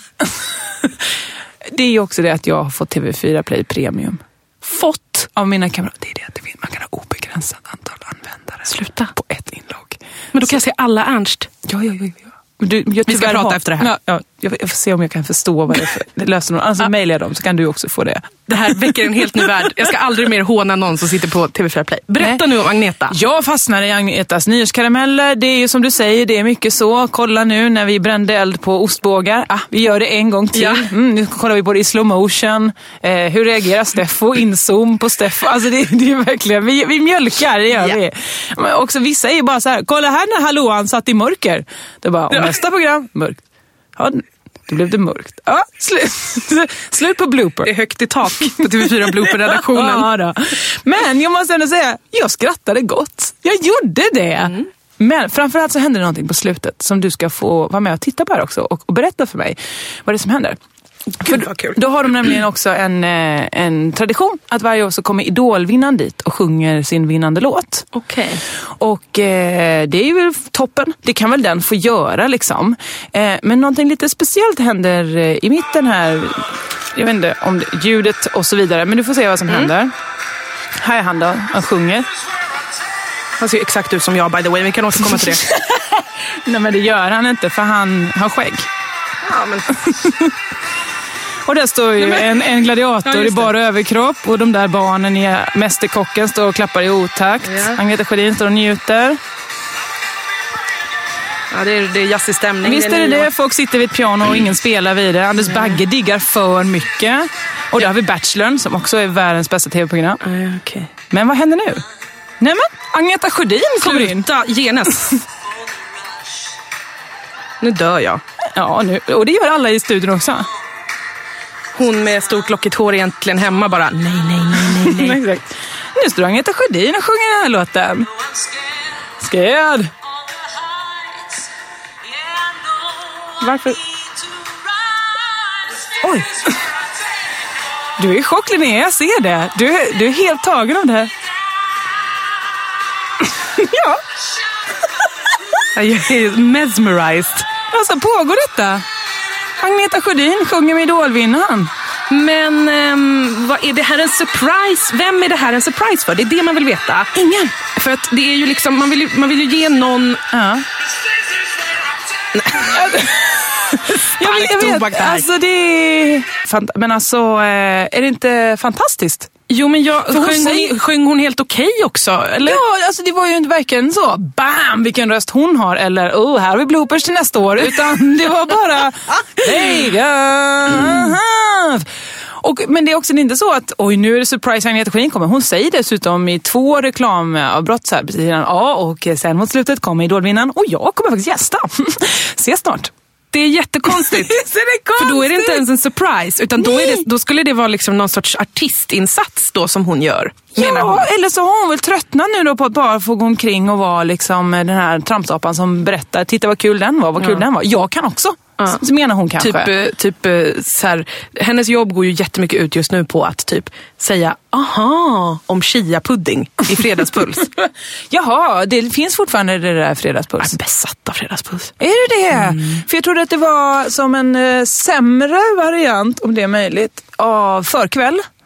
Det är ju också det att jag har fått T V fyra Play Premium. Fått av mina kamrater. Det är det att man kan ha obegränsat antal användare. Sluta. På ett inlogg. Men då kan jag se alla Ernst. Ja, ja, ja, ja. Du, jag Vi ska prata har, efter det här. Ja, ja, jag, jag får se om jag kan förstå vad det är för lösenord. Alltså ja. mejlar jag dem så kan du också få det. Det här väcker en helt ny värld. Jag ska aldrig mer håna någon som sitter på T V fyra Play. Berätta Nej. nu om Agneta. Jag fastnar i Agnetas nyårskarameller. Det är ju som du säger, det är mycket så. Kolla nu när vi brände eld på ostbågar. Ah, vi gör det en gång till. Ja. Mm, nu kollar vi på det i slow motion. Eh, hur reagerar Steffo? Inzoom på Steffo. Alltså det, det är verkligen, vi, vi mjölkar, det gör ja. vi. Men också vissa är ju bara så här, kolla här när Hallåan satt i mörker. Det är bara, ja. nästa program, mörkt. Ja, då blev det mörkt. Ja, slut, slut på blooper. Det är högt i tak på T V fyra Blooper-redaktionen. Ja, då. Men jag måste ändå säga, jag skrattade gott. Jag gjorde det. Mm. Men framförallt så händer det någonting på slutet som du ska få vara med och titta på här också och, och berätta för mig vad det är som händer. Gud, vad kul. Då har de nämligen också en, en tradition att varje år så kommer idolvinnaren dit och sjunger sin vinnande låt. Okej. Okay. Och eh, det är ju toppen. Det kan väl den få göra liksom. Eh, men någonting lite speciellt händer i mitten här. Jag vet inte om det, ljudet och så vidare. Men du får se vad som mm. händer. Här är han då. Han sjunger. Han ser exakt ut som jag, by the way. Vi kan återkomma till det. Nej, men det gör han inte för han har skägg. Ja, men... Och där står ju en, en gladiator ja, i bara överkropp. Och de där barnen i Mästerkocken står och klappar i otakt. Ja. Agneta Sjödin står och njuter. Ja, det är, det är jazzig stämning. Visst är det det. Folk sitter vid ett piano och ingen spelar vidare. Anders Bagge diggar för mycket. Och där har vi Bachelorn som också är världens bästa tv-program. Ja, okay. Men vad händer nu? Nej men, Agneta Sjödin kommer in. Sluta, genast. Nu dör jag. Ja, nu, och det gör alla i studion också. Hon med stort lockigt hår egentligen hemma bara, nej, nej, nej, nej, nej. Exakt. Nu står Agneta Sjödin och sjunger den här låten. Scared. Varför? Oj. Du är i chock, Linnea, jag ser det. Du, du är helt tagen av det här. Ja. Jag är mesmerized. Alltså, pågår detta? Agneta Sjödin sjunger med idolvinnaren. Men um, vad är det här en surprise? Vem är det här en surprise för? Det är det man vill veta. Ingen. För att det är ju liksom, man vill ju, man vill ju ge någon... Ja. jag vet, jag vet. Alltså det är... Men alltså, är det inte fantastiskt? Jo, men jag, sjöng, säger... hon, sjöng hon helt okej okay också? Eller? Ja, alltså det var ju inte verkligen så, bam, vilken röst hon har. Eller, oh, här har vi bloopers till nästa år. Utan det var bara... mm. Och, men det är också inte så att, oj, nu är det surprise Agneta Sjödin kommer. Hon säger dessutom i två reklamavbrott så här, precis innan, ja, och sen mot slutet kommer idolvinnaren. Och jag kommer faktiskt gästa. Se snart. Det är jättekonstigt. Är det konstigt? För då är det inte ens en surprise. Utan då, är det, då skulle det vara liksom någon sorts artistinsats då som hon gör. Ja, hon. Eller så har hon väl tröttnat nu då på att bara få gå omkring och vara liksom den här trampsapan som berättar, titta vad kul den var, vad kul ja. den var. Jag kan också. Ja. Så menar hon kanske. Typ, typ så här, hennes jobb går ju jättemycket ut just nu på att typ säga aha om chia-pudding i Fredagspuls. Jaha, det finns fortfarande det där Fredagspuls. Jag är besatt av Fredagspuls. Är det det? Mm. För jag trodde att det var som en eh, sämre variant, om det är möjligt, av förkväll.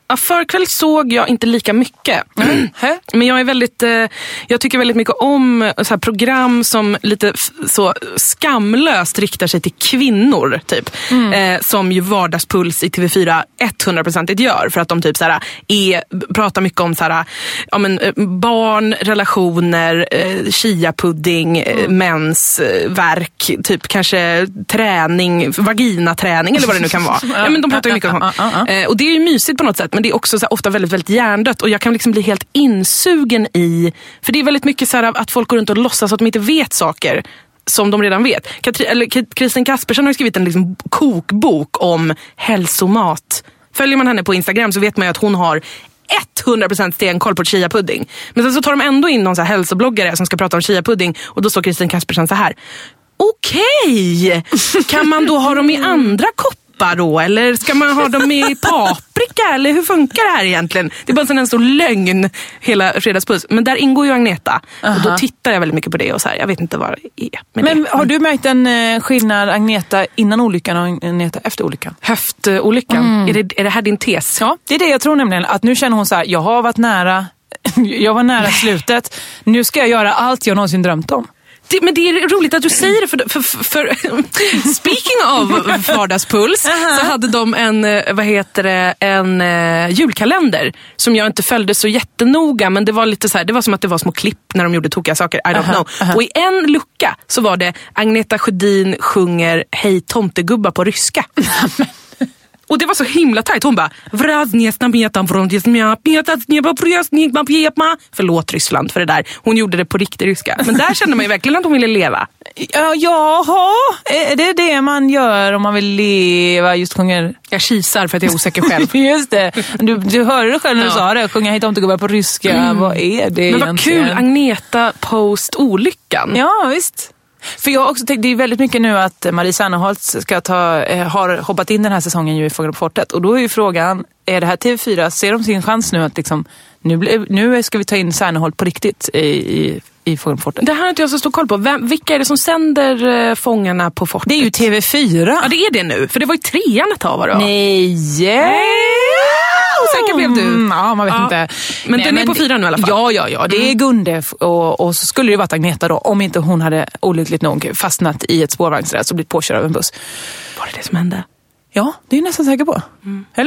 Ja, förkväll såg jag inte lika mycket. Mm. Men jag är väldigt eh, jag tycker väldigt mycket om så här program som lite f- så skamlöst riktar sig till kvinnor typ. Mm. Eh, som ju Vardagspuls i T V fyra hundra procent gör för att de typ så här är pratar mycket om så här, ja men barn, relationer, eh, chia-pudding, mm. mens, eh, verk, typ kanske träning, vaginaträning eller vad det nu kan vara. Ja, men de pratar ju mycket om sånt. Eh, och det är ju mysigt på något sätt, men det är också så här, ofta väldigt, väldigt hjärndött. Och jag kan liksom bli helt insugen i... För det är väldigt mycket så här, att folk går runt och låtsas att de inte vet saker som de redan vet. Katri, eller, Kristin Kaspersen har skrivit en liksom kokbok om hälsomat. Följer man henne på Instagram så vet man ju att hon har hundra procent stenkoll på chia-pudding. Men sen så tar de ändå in någon så här hälsobloggare som ska prata om chia-pudding. Och då står Kristin Kaspersen så här: okej, kan man då ha dem i andra koppar då? Eller ska man ha dem i paprika? Eller hur funkar det här egentligen? Det är bara en sån en stor lögn hela Fredagspuls. Men där ingår ju Agneta. Uh-huh. Och då tittar jag väldigt mycket på det och så här, jag vet inte vad det är. Men det. Har mm. du märkt en eh, skillnad Agneta innan olyckan och Agneta efter olyckan? Höftolyckan. Mm. Är, det, är det här din tes? Ja, det är det jag tror nämligen. Att nu känner hon så här, jag har varit nära, jag var nära slutet. Nu ska jag göra allt jag någonsin drömt om. Det, men det är roligt att du säger det, för, för, för, för speaking of Vardagspuls, uh-huh. så hade de en, vad heter det, en uh, julkalender som jag inte följde så jättenoga, men det var lite så här, det var som att det var små klipp när de gjorde tokiga saker, I don't uh-huh. know. Uh-huh. Och i en lucka så var det Agneta Sjödin sjunger Hej tomtegubba på ryska. Och det var så himla tajt. Hon bara förlåt Ryssland för det där. Hon gjorde det på riktig ryska. Men där kände man ju verkligen att hon ville leva. Ja, jaha, är det det man gör om man vill leva? Just sjunger... Jag kisar för att jag är osäker själv. Just det. Du, du hörde det själv när du ja. sa det. Sjunga hit om du går på ryska. Mm. Vad är det Men vad kul, Agneta post olyckan. Ja, visst. För jag har också tänkt, det är väldigt mycket nu att Marie Serneholt ska ta, eh, har hoppat in den här säsongen ju i Fångarna på fortet. Och då är ju frågan, är det här T V fyra, ser de sin chans nu att liksom, nu, nu ska vi ta in Serneholt på riktigt i, i, i Fångarna på fortet? Det här har inte jag så stor koll på. Vem, vilka är det som sänder eh, Fångarna på fortet? Det är ju T V fyra. Ja, det är det nu. För det var ju trean ett tag, var det? Nej! Yeah. Osäker blev du. Mm, ja, man vet ja. inte. Men Nej, den är men, på fyran nu i alla fall. Ja, ja, ja. Det är Gunde och, och så skulle det varit Agneta då. Om inte hon hade olyckligt nog fastnat i ett spårvagnsräls och blivit påkörd av en buss. Var det det som hände? Ja, det är jag nästan säker på. Mm. Eller?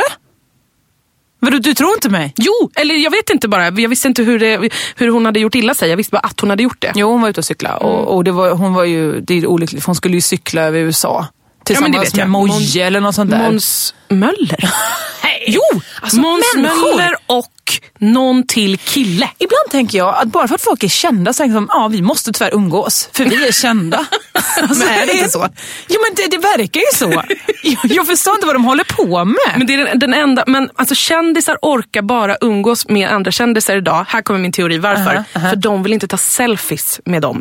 Men du, du tror inte mig? Jo, eller jag vet inte bara. Jag visste inte hur, det, hur hon hade gjort illa sig. Jag visste bara att hon hade gjort det. Jo, hon var ute och cykla. Mm. Och, och det var, hon var ju, det är olyckligt. Hon skulle ju cykla över U S A. Tillsammans ja, med Moje eller något sånt där. Måns Möller. Hey. Jo, alltså Måns Möller och någon till kille. Ibland tänker jag att bara för att folk är kända så är det som, ja, vi måste tyvärr umgås. För vi är kända. Alltså, men är det inte så? Jo, men det, det verkar ju så. Jag, jag förstår inte vad de håller på med. Men det är den, den enda, men alltså kändisar orkar bara umgås med andra kändisar idag. Här kommer min teori, varför? Uh-huh, uh-huh. För de vill inte ta selfies med dem.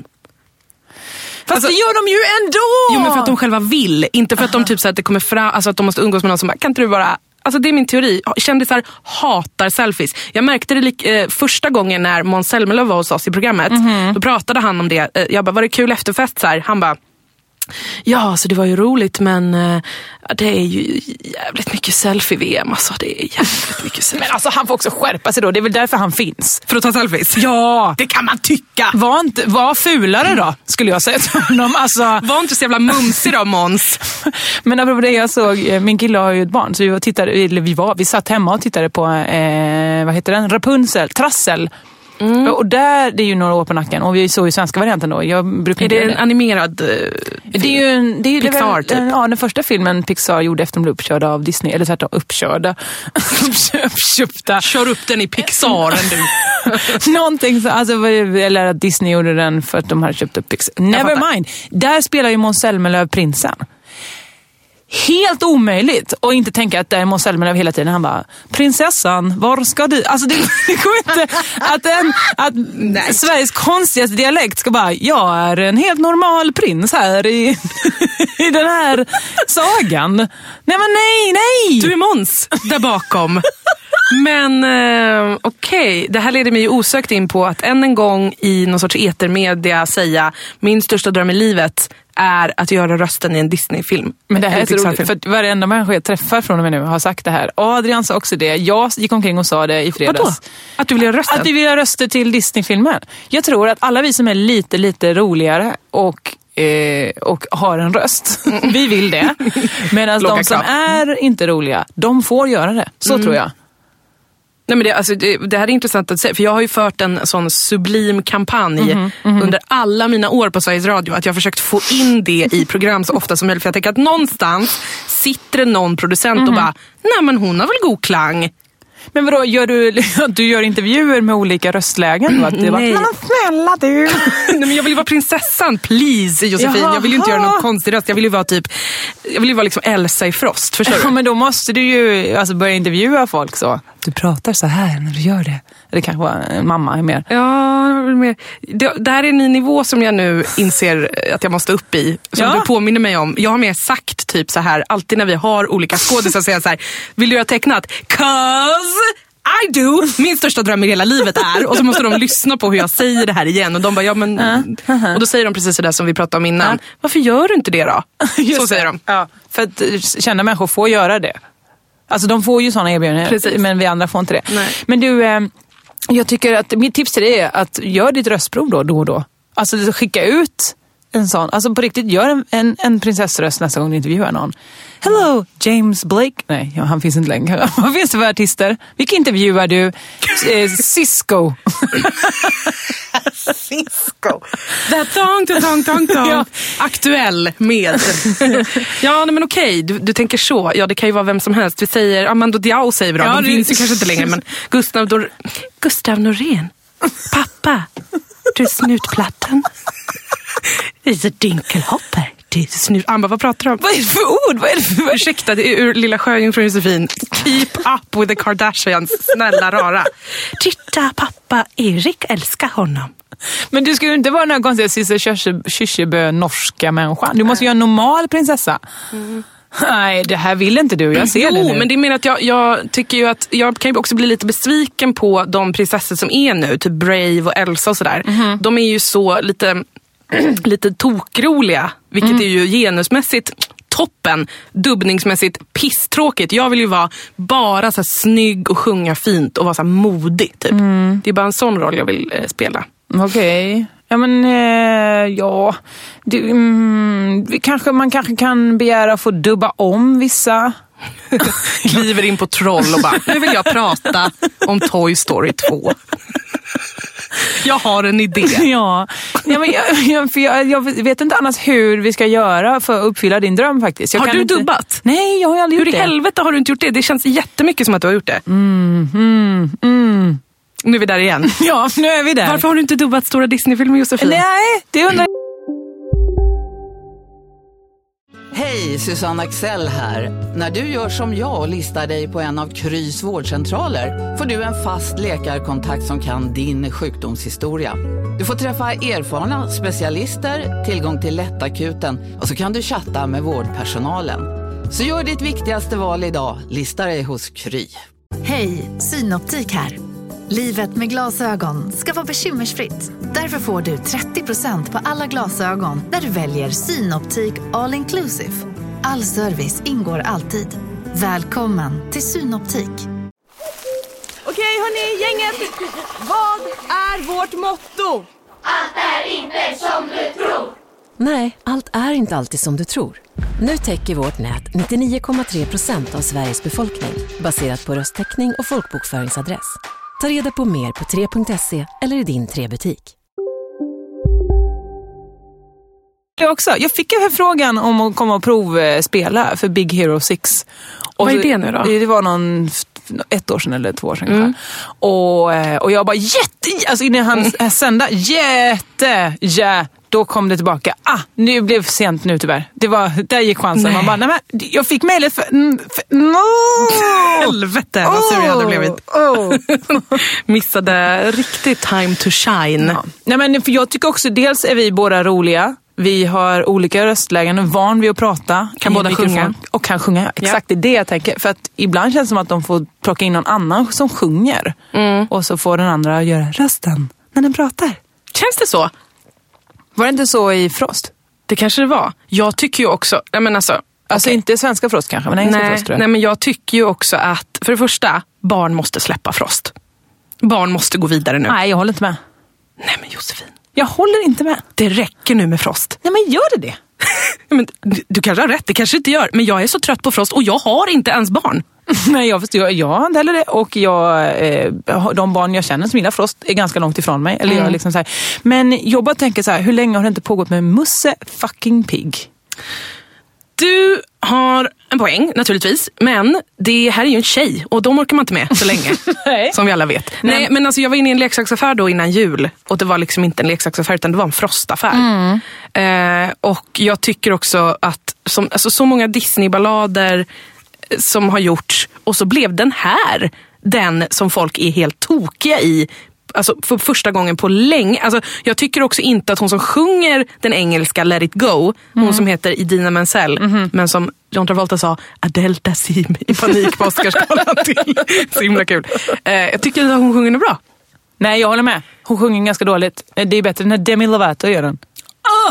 Fast alltså, det gör de ju ändå! Jo, men för att de själva vill. Inte för att de typ så att det kommer fram, alltså att de måste umgås med någon som bara, kan inte du bara... Alltså det är min teori. Kändisar hatar selfies. Jag märkte det lik, eh, första gången när Måns Zelmerlöw var hos oss i programmet. Mm-hmm. Då pratade han om det. Eh, jag bara, var det kul efterfest så här? Han bara, ja, så det var ju roligt, men uh, det är ju jävligt mycket selfie-V M. Alltså, det är jävligt mycket selfie. Men alltså, han får också skärpa sig då. Det är väl därför han finns. För att ta selfies? Ja! Det kan man tycka! Var, inte, var fulare då, skulle jag säga till honom. Alltså... Var inte så jävla mumsig då, Måns. Men apropå det jag såg, min kille har ju ett barn. Så vi, var, tittade, eller vi, var, vi satt hemma och tittade på, eh, vad heter den? Rapunzel, Trassel. Mm. Och där, det är ju några år på nacken. Och vi såg ju svenska varianten då. Jag brukar är det en det. animerad uh, det är ju en, det är Pixar väl, typ? Ja, den första filmen Pixar gjorde efter de blev uppkörda av Disney. Eller tvärtom, uppkörda. Uppköpta. Kör upp den i Pixaren du. Någonting så, alltså, eller att Disney gjorde den för att de hade köpt upp Pixar. Never mind. Där spelar ju Måns Zelmerlöw prinsen. Helt omöjligt och inte tänka att det är Måns Zelmerlöw hela tiden. Han bara, prinsessan, var ska du? Alltså det, det går inte att, en, att Sveriges konstigaste dialekt ska bara, jag är en helt normal prins här i, i den här sagan. Nej men nej, nej! Du är Måns där bakom. Men eh, okej, okay. Det här leder mig ju osökt in på att än en gång i någon sorts etermedia säga min största dröm i livet är att göra rösten i en Disney-film. Men det här är så roligt, för varenda människa jag träffar från och med nu har sagt det här. Och Adrian sa också det. Jag gick omkring och sa det i fredags. Vadå? Att du vill göra rösten? Att vi vill göra röster till Disney-filmen. Jag tror att alla vi som är lite, lite roligare och Eh, och har en röst. Vi vill det. Medan de som är inte roliga, de får göra det. Så mm. tror jag. Nej, men det, alltså, det, det här är intressant att säga, för jag har ju fört en sån sublim kampanj mm-hmm, mm-hmm. under alla mina år på Sveriges Radio, att jag har försökt få in det i program så ofta som möjligt, för jag tänker att någonstans sitter det någon producent mm-hmm. och bara, nej men hon har väl god klang. Men vadå, gör du, du gör intervjuer med olika röstlägen? Va? Det var, nej. Men snälla du! Nej, men jag vill ju vara prinsessan, please Josefin. Jaha. Jag vill ju inte göra någon konstig röst. Jag vill ju vara typ, jag vill ju vara liksom Elsa i Frost, förstår du? Ja, men då måste du ju alltså, börja intervjua folk så. Du pratar så här när du gör det. Det kanske var en mamma är mer. Ja, mer. Det, det här är en ny nivå som jag nu inser att jag måste upp i. Som ja. Du påminner mig om. Jag har mer sagt typ så här, alltid när vi har olika skådespelare säger så här, vill du göra tecknat? Cause I do. Min största dröm i hela livet är. Och så måste de lyssna på hur jag säger det här igen. Och de bara, ja men... Uh-huh. Och då säger de precis det som vi pratade om innan. Uh-huh. Varför gör du inte det då? Just så säger de. Ja, för att kända människor får göra det. Alltså de får ju sådana erbjudanden. Precis. Men vi andra får inte det. Nej. Men du, eh, jag tycker att mitt tips till dig är att gör ditt röstprov då, då och då. Alltså skicka ut en sån. Alltså på riktigt, gör en, en, en prinsessröst nästa gång du intervjuar någon. Hello, James Blake. Nej, ja, han finns inte längre. Vad finns det för artister? Vilka intervjuar du? Eh, Cisco. Cisco. Tong, tong, tong, tong. Ja. Aktuell med. Ja, nej, men okej. Du, du tänker så. Ja, det kan ju vara vem som helst. Vi säger Armando Diao säger vi då. Ja, de det... finns ju kanske inte längre, men Gustav, Dor... Gustav Norén. Pappa, du är snutplattan. Det är dinkelhopper. Det är snut. Amba, vad pratar du om? Vad är det för ord? Vad är det för... Ursäkta, det är ur Lilla Sjöjung från Josefin. Keep up with the Kardashians. Snälla rara. Titta, pappa, Erik älskar honom. Men du ska ju inte vara den här konstiga Sisse Kyrkjebø norska människan. Du måste ju ha en normal prinsessa. Mm. Nej, det här vill inte du. Jag ser jo, det nu. Men det menar att jag, jag tycker ju att jag kan ju också bli lite besviken på de prinsessor som är nu. Typ Brave och Elsa och sådär. Mm-hmm. De är ju så lite... lite tokroliga, vilket mm. är ju genusmässigt toppen, dubbningsmässigt pisstråkigt. Jag vill ju vara bara så här snygg och sjunga fint och vara så här modig typ. Mm. Det är bara en sån roll jag vill eh, spela. Okej. Okay. Ja men eh, ja det, mm, kanske man kanske kan begära att få dubba om vissa. Kliver in på Troll och bara, nu vill jag prata om Toy Story två. Jag har en idé. Ja, ja men jag, jag, för jag, jag vet inte annars hur vi ska göra för att uppfylla din dröm faktiskt. Jag har kan du inte... dubbat? Nej, jag har aldrig hur gjort det. Hur i helvete har du inte gjort det? Det känns jättemycket som att du har gjort det. Mm, mm, mm. Nu är vi där igen. Ja, nu är vi där. Varför har du inte dubbat stora Disney-filmer, Josefin? Nej, det undrar Hej, Susanne Axel här. När du gör som jag och listar dig på en av Krys vårdcentraler får du en fast läkarkontakt som kan din sjukdomshistoria. Du får träffa erfarna specialister, tillgång till lättakuten och så kan du chatta med vårdpersonalen. Så gör ditt viktigaste val idag, lista dig hos Kry. Hej, Synoptik här. Livet med glasögon ska vara bekymmersfritt. Därför får du trettio procent på alla glasögon när du väljer Synoptik All Inclusive. All service ingår alltid. Välkommen till Synoptik. Okej hörni, gänget. Vad är vårt motto? Allt är inte som du tror. Nej, allt är inte alltid som du tror. Nu täcker vårt nät nittionio komma tre procent av Sveriges befolkning baserat på röstteckning och folkbokföringsadress. Ta reda på mer på tre punkt se eller i din tre-butik. Jag, också. jag fick en förfrågan om att komma och provspela för Big Hero sex. Och vad är det nu då? Det var någon ett år sedan eller två år sedan mm. och, och jag bara jätte, alltså innan han mm. sända jätte, ja, då kom det tillbaka. Ah, nu blev det sent nu tyvärr. Det var, där gick chansen. Nej. Man bara, nej men, jag fick mejlet för, för no! Helvete, vad sur jag hade blivit. Oh. Missade riktigt time to shine. Ja. Nej men, för jag tycker också, dels är vi båda roliga. Vi har olika röstlägen, van vid att prata. Kan båda sjunga. Och kan sjunga, exakt. Ja. Det är det jag tänker. För att ibland känns det som att de får plocka in någon annan som sjunger. Mm. Och så får den andra göra rösten när den pratar. Känns det så? Var det inte så i Frost? Det kanske det var. Jag tycker ju också... Jag menar alltså, alltså okay. inte svenska Frost kanske, men engelska nej, Frost tror jag. Nej, men jag tycker ju också att... För det första, barn måste släppa Frost. Barn måste gå vidare nu. Nej, jag håller inte med. Nej, men Josefin. Jag håller inte med. Det räcker nu med Frost. Nej, men gör det det? men, du, du kanske har rätt, det kanske inte gör. Men jag är så trött på Frost och jag har inte ens barn. Nej, jag, jag, jag har inte heller det. Och jag, eh, de barn jag känner som gillar Frost är ganska långt ifrån mig. Eller mm. jag liksom så här. Men jag bara tänker så här, hur länge har det inte pågått med Musse fucking Pig? Du har en poäng, naturligtvis. Men det här är ju en tjej och de orkar man inte med så länge. Nej. Som vi alla vet. Nej, Nej men alltså jag var inne i en leksaksaffär då innan jul. Och det var liksom inte en leksaksaffär utan det var en Frostaffär. Mm. Eh, och jag tycker också att som, alltså, så många Disney-ballader som har gjorts. Och så blev den här den som folk är helt tokiga i. Alltså för första gången på länge. Alltså, jag tycker också inte att hon som sjunger den engelska Let It Go, hon mm. som heter Idina Menzel, mm-hmm. men som John Travolta sa, Adele Dazeem i panik på Oscarsgalan till. Så himla kul. Eh, jag tycker att hon sjunger det bra. Nej, jag håller med. Hon sjunger ganska dåligt. Det är bättre när Demi Lovato gör den. Ah!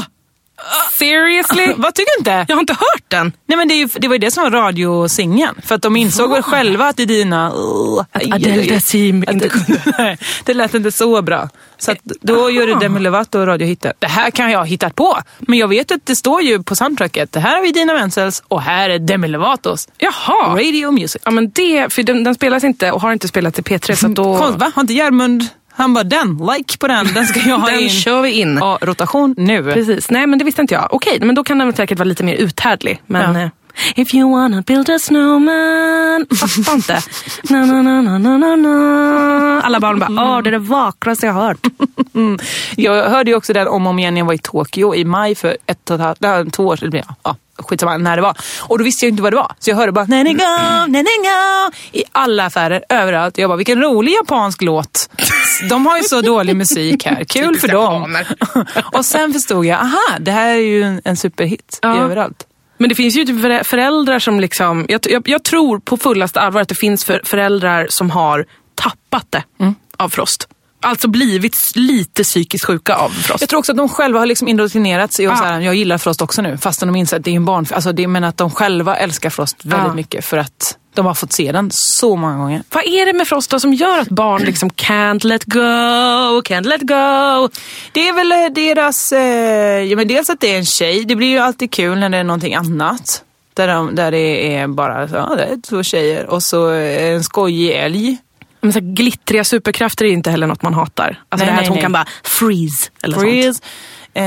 Seriously? Vad tycker du inte? Jag har inte hört den. Nej, men det, är ju, det var ju det som var radiosingen. För att de insåg väl själva att Idina... Uh, att Adele Dazeem inte kunde. Nej, det lät inte så bra. Så att då gör det Demi Lovato och radiohittar. Det här kan jag ha hittat på. Men jag vet att det står ju på soundtracket. Det här är Idina Menzels och här är Demi Lovatos. Jaha. Radio Music. Ja, men det... För den, den spelas inte och har inte spelat i P tre. Så då... Konst, va? Har inte Järmund... Han bara, den, like på den, den ska jag ha den in. Den kör vi in. Ja, rotation nu. Precis, nej men det visste inte jag. Okej, men då kan den säkert vara lite mer uthärdlig. Men, ja. eh, if you wanna build a snowman. Fattar inte. na, na, na, na, na, na. Alla barn bara, åh, det är det vackraste jag har hört. mm. Jag hörde ju också den om och om igen när jag var i Tokyo i maj för ett och ett halvt, två år sedan. Ja. Skitsamma när det var. Och då visste jag inte vad det var. Så jag hörde bara nej, nej, go, nej, nej, go, i alla affärer, överallt. Jag bara, vilken rolig japansk låt. De har ju så dålig musik här. Kul för dem. Och sen förstod jag, aha, det här är ju en, en superhit ja. överallt. Men det finns ju typ föräldrar som liksom, jag, jag, jag tror på fullaste allvar att det finns för, föräldrar som har tappat det mm. av Frost. Alltså blivit lite psykiskt sjuka av Frost. Jag tror också att de själva har liksom indoktrinerat sig och ah. så här, jag gillar Frost också nu. Fastän de inser att det är en barn. Alltså det, men att de själva älskar Frost väldigt ah. mycket för att de har fått se den så många gånger. Vad är det med Frost då som gör att barn liksom can't let go, can't let go? Det är väl deras, eh, ja men dels att det är en tjej. Det blir ju alltid kul när det är någonting annat. Där, de, där det är bara så, ja, det är två tjejer och så en skojig älg. Men så här, glittriga superkrafter är inte heller något man hatar. Alltså nej, det här nej, att hon nej. kan bara freeze eller freeze. sånt. Eh,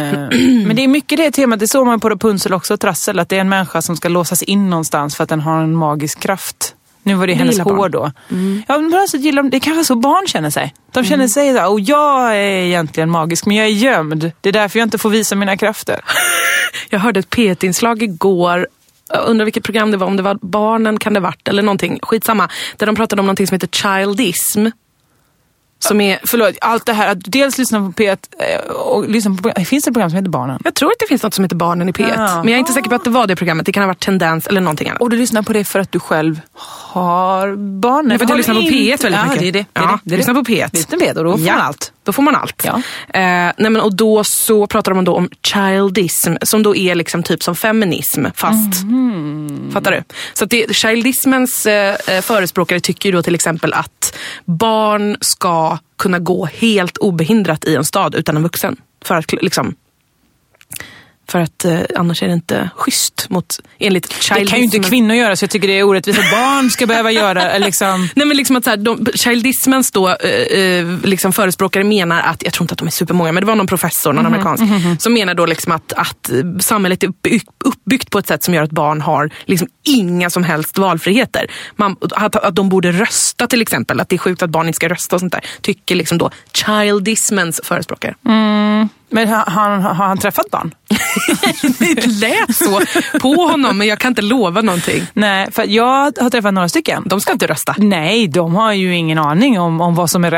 men det är mycket det temat. Det såg man på Rapunzel också, Trassel, att det är en människa som ska låsas in någonstans för att den har en magisk kraft. Nu var det, det hennes hår då. Mm. Ja, men så gillar de, det är kanske så barn känner sig. De känner mm. sig så här, och jag är egentligen magisk men jag är gömd. Det är därför jag inte får visa mina krafter. Jag hörde ett P ett-inslag igår. Jag undrar vilket program det var, om det var Barnen kan det varit eller någonting, skitsamma, där de pratade om någonting som heter childism. Som är, förlåt, allt det här, att dels lyssna på P ett och lyssna på, finns det ett program som heter Barnen? Jag tror att det finns något som heter Barnen i P ett, ja. Men jag är inte säker på att det var det programmet, det kan ha varit Tendens eller någonting annat. Och du lyssnar på det för att du själv har barn? Nej, för att jag lyssnar på P ett väldigt ja, mycket. Det är det. det, är ja, det. Lyssna på P ett. Lyssna på P ett och då får ja. man allt. Då får man allt. Ja. Eh, nej men, och då så pratar de då om childism, som då är liksom typ som feminism, fast. Mm. Fattar du? Så att det, childismens eh, förespråkare tycker ju då till exempel att barn ska kunna gå helt obehindrat i en stad utan en vuxen. För att liksom... För att eh, annars är det inte schysst mot, enligt childism. Det kan ju inte kvinnor göra, så jag tycker det är orättvist att barn ska behöva göra liksom. Nej men liksom att så här, de, childismens då eh, liksom förespråkare menar att, jag tror inte att de är supermånga, men det var någon professor, någon mm-hmm. amerikansk, mm-hmm. som menar då liksom att, att samhället är uppbyggt på ett sätt som gör att barn har liksom inga som helst valfriheter. Man, att, att de borde rösta till exempel, att det är sjukt att barn inte ska rösta och sånt där, tycker liksom då childismens förespråkare. Mm. Men har han, har han träffat barn? Det lät så på honom, men jag kan inte lova någonting. Nej, för jag har träffat några stycken. De ska inte rösta. Nej, de har ju ingen aning om, om vad som är rätt.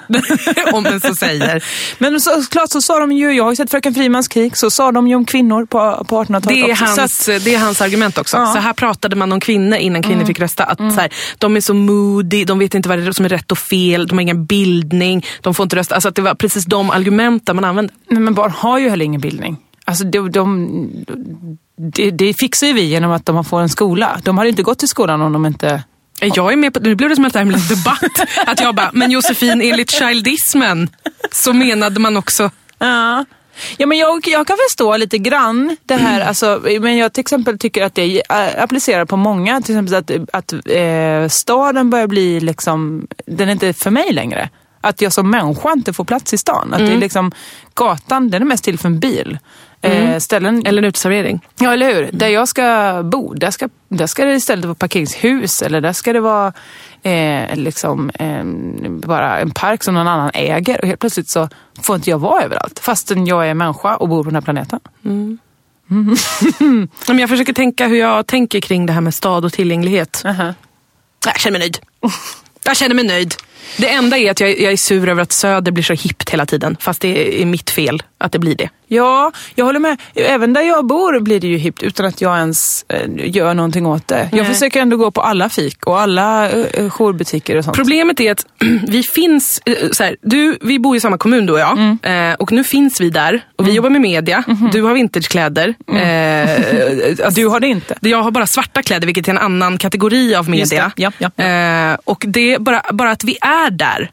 om en så säger. Men så, klart så sa de ju, jag har ju sett Fröken Frimans krig, så sa de ju om kvinnor på, på artonhundratalet det är, också, hans, att, det är hans argument också. Ja. Så här pratade man om kvinnor innan kvinnor mm. fick rösta. Att mm. så här, de är så moody, de vet inte vad det är som är rätt och fel, de har ingen bildning, de får inte rösta. Alltså att det var precis de argumenten man använde. Nej, men barn har ju heller ingen bildning. Alltså de, de, det, det fixar ju vi genom att de får en skola. De har inte gått till skolan om de inte... Jag är med på, nu blev det som en debatt. Att jag bara, men Josefin, enligt childismen så menade man också... Ja, ja men jag, jag kan förstå lite grann det här. Mm. Alltså, men jag till exempel tycker att det applicerar på många. Till exempel att, att eh, staden börjar bli liksom... Den är inte för mig längre. Att jag som människa inte får plats i stan. Att mm. det är liksom, gatan, den är mest till för en bil. Mm. Eh, ställen, eller en uteservering. Ja, eller hur? Mm. Där jag ska bo, där ska, där ska det istället vara parkeringshus. Eller där ska det vara eh, liksom, eh, bara en park som någon annan äger. Och helt plötsligt så får inte jag vara överallt. Fastän jag är människa och bor på den här planeten. Mm. Mm. Men jag försöker tänka hur jag tänker kring det här med stad och tillgänglighet. Uh-huh. Jag känner mig nöjd. Jag känner mig nöjd. Det enda är att jag, jag är sur över att Söder blir så hippt hela tiden. Fast det är mitt fel att det blir det. Ja, jag håller med. Även där jag bor blir det ju hippt utan att jag ens äh, gör någonting åt det. Nej. Jag försöker ändå gå på alla fik och alla äh, jourbutiker och sånt. Problemet är att vi finns... Äh, så här, du, vi bor i samma kommun du och jag. Mm. Äh, och nu finns vi där. Och vi mm. jobbar med media. Mm. Du har vintagekläder. Mm. Äh, alltså, du har det inte. Jag har bara svarta kläder, vilket är en annan kategori av media. Ja, ja, ja. Äh, och det är bara, bara att vi är där.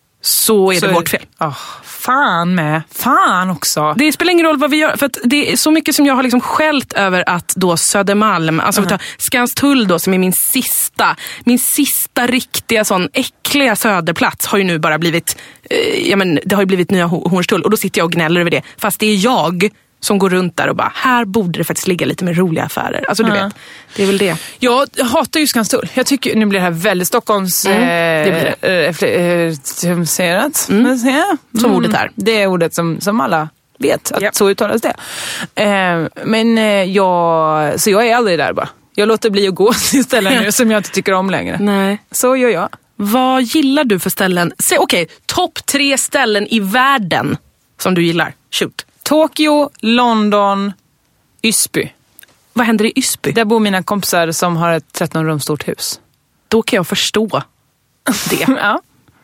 Så är så det vårt fel. Oh, fan med. Fan också. Det spelar ingen roll vad vi gör. För att det är så mycket som jag har liksom skällt över att då Södermalm, alltså uh-huh. Skanstull då, som är min sista, min sista riktiga sån äckliga söderplats har ju nu bara blivit, eh, ja men det har ju blivit nya Hornstull. Och då sitter jag och gnäller över det. Fast det är jag som går runt där och bara, här borde det faktiskt ligga lite mer roliga affärer. Alltså du uh-huh. vet, det är väl det. Jag hatar ju Skanstull. Jag tycker, nu blir det här väldigt Stockholms mm, det blir det. Eh, mm. mm. Som ordet är. Det är ordet som, som alla vet att yep. så uttalas det. Eh, men eh, jag, så jag är aldrig där bara. Jag låter bli att gå till ställen nu som jag inte tycker om längre. Nej. Så gör jag. Vad gillar du för ställen? Okej, okay, topp tre ställen i världen som du gillar. Shoot. Tokyo, London, Ysby. Vad händer i Ysby? Där bor mina kompisar som har ett tretton rum stort hus. Då kan jag förstå det. Ja.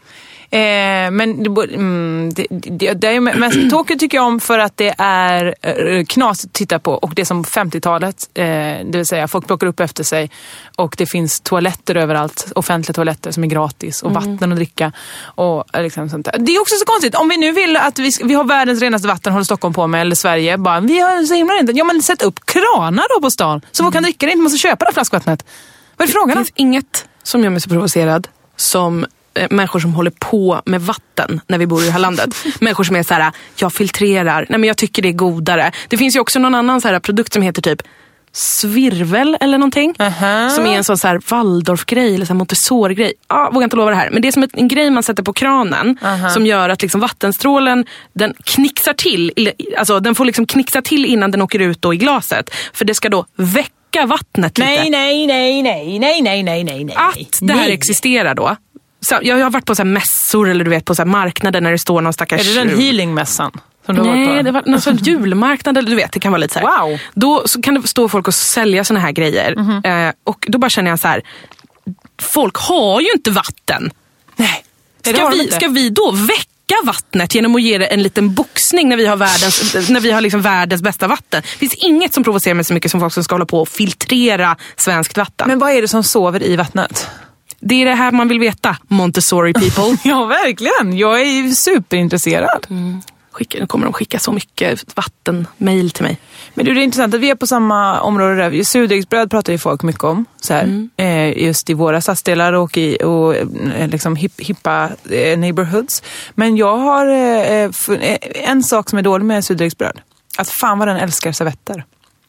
Eh, men mm, det, det, det är mest, Tokyo tycker jag om för att det är eh, knasigt att titta på. Och det är som femtiotalet. Eh, det vill säga folk plockar upp efter sig. Och det finns toaletter överallt. Offentliga toaletter som är gratis. Och mm. vatten att dricka. Och liksom sånt där. Det är också så konstigt. Om vi nu vill att vi, vi har världens renaste vatten, håller Stockholm på med, eller Sverige. Bara, vi har så himla rent. Ja, men sätt upp kranar då på stan. Så mm. folk kan dricka det. Inte måste köpa det här flaskvattnet. Vad är frågan? Det finns inget som gör mig så provocerad som människor som håller på med vatten när vi bor i det här landet. Människor som är så här, jag filtrerar. Nej, men jag tycker det är godare. Det finns ju också någon annan så här produkt som heter typ Svirvel eller någonting. Uh-huh. Som är en sån så här Waldorf-grej eller så här Montessori-grej. Ja, vågar inte lova det här. Men det är som en grej man sätter på kranen uh-huh. som gör att liksom vattenstrålen, den knixar till. Alltså den får liksom knixa till innan den åker ut då i glaset. För det ska då väcka vattnet lite. Nej, nej, nej, nej, nej, nej, nej, nej, nej. Att det här nej. existerar då. Så jag har varit på så här mässor eller du vet på så här marknader när det står någon stackars... Är det den healingmässan? Som du Nej, var på? Det var någon sån julmarknad eller du vet, det kan vara lite så här. Wow. Då så kan det stå folk och sälja såna här grejer. Mm-hmm. Eh, och då bara känner jag så här, folk har ju inte vatten. Nej. Ska vi, ska vi då väcka vattnet genom att ge det en liten boxning när vi har världens, när vi har liksom världens bästa vatten? Det finns inget som provocerar mig så mycket som folk som ska hålla på och filtrera svenskt vatten. Men vad är det som sover i vattnet? Det är det här man vill veta, Montessori people. Ja, verkligen. Jag är superintresserad. Mm. Skicka, nu kommer de skicka så mycket vattenmail till mig. Men det är intressant att vi är på samma område där. Surdegsbröd pratar ju folk mycket om. Så här, mm. eh, just i våra stadsdelar och i och, eh, liksom hip, hippa eh, neighborhoods. Men jag har eh, funnit, en sak som är dålig med surdegsbröd. Att fan vad den älskar servetter.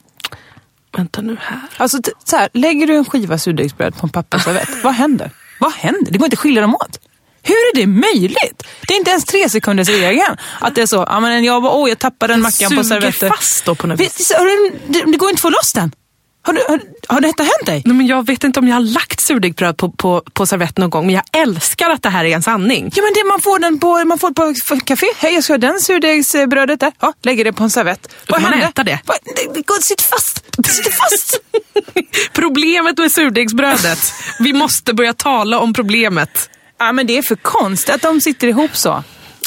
Vänta nu här. Alltså t- så här, lägger du en skiva surdegsbröd på en pappersservett, vad händer? Vad händer? Det går inte att skilja dem åt. Hur är det möjligt? Det är inte ens tre sekunders regeln. Att det är så, ja men jag bara, åh jag tappade den mackan på servetter. Suger fast då på något vis. Det, det, det går inte att få loss den. Har, du, har, har detta hänt dig? Nej, men jag vet inte om jag har lagt surdegsbröd på, på, på servett någon gång, men jag älskar att det här är en sanning. Ja, men det, man får den på, man får på café. Hej, jag ska ha den surdegsbrödet där. Ja, lägger det på en servett. Då kan man äta det. Va, det, det går, sitt fast. Det sitter fast. Problemet med surdegsbrödet. Vi måste börja tala om problemet. Ja, men det är för konstigt att de sitter ihop så.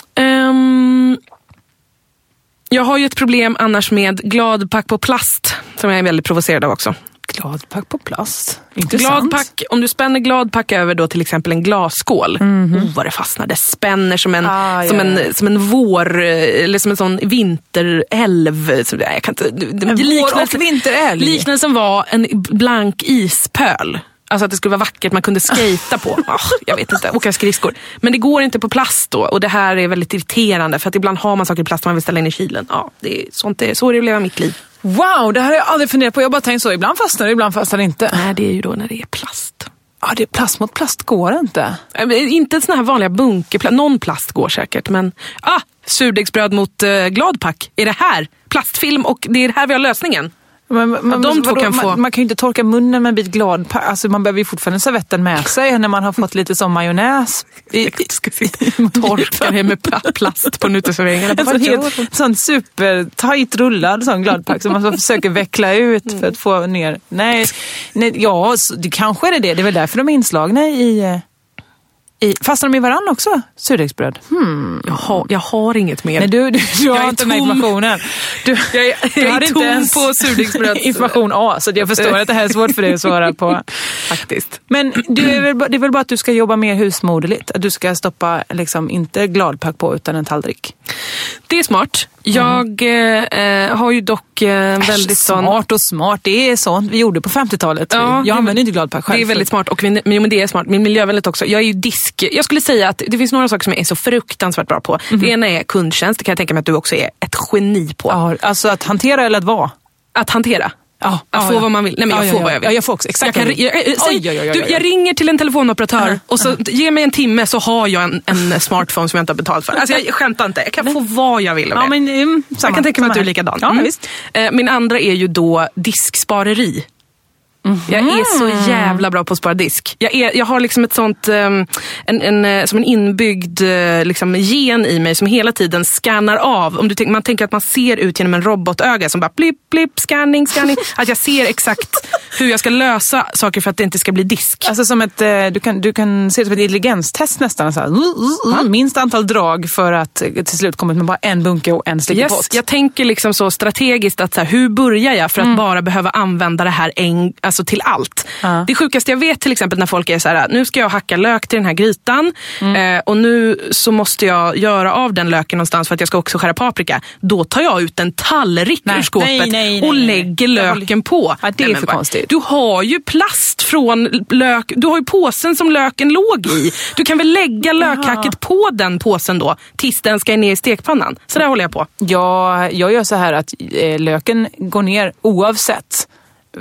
Um, jag har ju ett problem annars med gladpack på plast, som jag är väldigt provocerad av också. Gladpack på plast? Intressant. Gladpack, om du spänner gladpack över då till exempel en glasskål. Mm-hmm. Oh, vad det fastnar. Det spänner som en, ah, som, yeah. en, som en vår, eller som en sån vinterälv. Så, jag kan inte, en vår och vinterälv? Liknelsen var en blank ispöl. Alltså att det skulle vara vackert, man kunde skejta på. Oh, jag vet inte, åka skridskor. Men det går inte på plast då. Och det här är väldigt irriterande. För att ibland har man saker i plast man vill ställa in i kylen. Ja, det är sånt det är. Så det blev mitt liv. Wow, det här har jag aldrig funderat på. Jag bara tänkt så, ibland fastnar det, ibland fastnar det inte. Nej, det är ju då när det är plast. Ja, det är plast mot plast går det inte. Inte såna här vanliga bunkerplast. Någon plast går säkert, men ah, surdegsbröd mot eh, gladpack. Är det här plastfilm och det är här vi har lösningen? Men, men, de två vadå, kan få. Man, man kan ju inte torka munnen med en bit gladpack. Alltså man behöver ju fortfarande servetten med sig när man har fått lite som majonnäs. I, i, torka det med plast på uteserveringen. En sån, helt, sån super tajt rullad sån gladpack som man försöker veckla ut mm. för att få ner. Nej, nej ja, det kanske är det. Det är väl därför de är inslagna i... I, fastnar de i varann också? Surdegsbröd? Hmm. Jag, har, jag har inget mer. Nej, du, du, du jag har inte tom. med informationen. Du, jag är, jag jag är tom ens på surdegsbröd. Information A, så jag förstår att det här är svårt för dig att svara på. Faktiskt. Men du är väl, det är väl bara att du ska jobba mer husmoderligt? Att du ska stoppa liksom, inte gladpack på utan en tallrik? Det är smart. Jag mm. eh, har ju dock eh, väldigt sån... Smart och smart, det är sånt vi gjorde på femtiotalet. Ja, jag använder inte gladpack själv. Det är väldigt smart, och min, men det är smart. Min miljövänligt också. Jag är ju disk... Jag skulle säga att det finns några saker som jag är så fruktansvärt bra på. Mm. Det ena är kundtjänst, det kan jag tänka mig att du också är ett geni på. Ja, alltså att hantera eller att vara? Att hantera. Ja, att ja, få ja. vad man vill. Nej, men jag ja, får ja, vad jag vill. Ja, jag får också. Exakt. Jag, kan, jag, jag, säg, oj, oj, oj, oj, oj. Du, jag ringer till en telefonoperatör uh-huh. och så uh-huh. ge mig en timme så har jag en, en smartphone som jag inte har betalt för. Alltså jag skämtar inte. Jag kan få vad jag vill. Ja, men, um, samma, jag kan tänka mig att du är här. likadan. Ja, mm. visst. Min andra är ju då diskspareri. Mm-hmm. Jag är så jävla bra på att spara disk. Jag, är, jag har liksom ett sånt um, en, en, som en inbyggd liksom, gen i mig som hela tiden scannar av. Om du tänk, man tänker att man ser ut genom en robotöga som bara blipp, blipp, scanning, scanning. Att jag ser exakt hur jag ska lösa saker för att det inte ska bli disk. Alltså som ett, du kan, du kan se det som ett intelligenstest nästan. Så här. Mm. Minst antal drag för att till slut komma ut med bara en bunke och en styckepott. Yes, jag tänker liksom så strategiskt att så här, hur börjar jag för att mm. bara behöva använda det här en, alltså till allt. Uh. Det sjukaste jag vet till exempel när folk är så här, nu ska jag hacka lök till den här grytan mm. eh, och nu så måste jag göra av den löken någonstans för att jag ska också skära paprika. Då tar jag ut en tallrik ur skåpet nej, nej, nej, och lägger nej. löken på. Ja, det är nej, för bara, konstigt. Du har ju plast från lök, du har ju påsen som löken låg i. Du kan väl lägga lökhacket på den påsen då tills den ska ner i stekpannan. Så där håller jag på. Ja, jag gör så här att eh, löken går ner oavsett.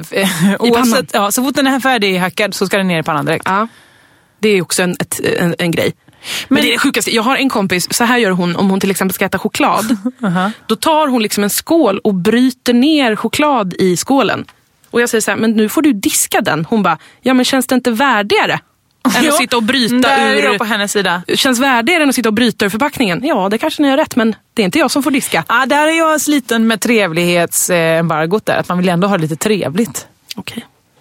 Oavsett, ja, så fort den är färdighackad så ska den ner i pannan direkt. Ja. Det är också en, ett, en, en grej. Men, Men det är det sjukaste. Jag har en kompis, så här gör hon om hon till exempel ska äta choklad. Uh-huh. Då tar hon liksom en skål och bryter ner choklad i skålen. Och jag säger så här, men nu får du diska den. Hon bara, ja men känns det inte värdigare? Än att sitta och bryta där ur... är på hennes sida. Känns värdigare än att sitta och bryta ur förpackningen? Ja, det kanske ni har rätt, men det är inte jag som får diska. Ja, där är jag sliten med trevlighetsembargot där. Att man vill ändå ha lite trevligt. Okej.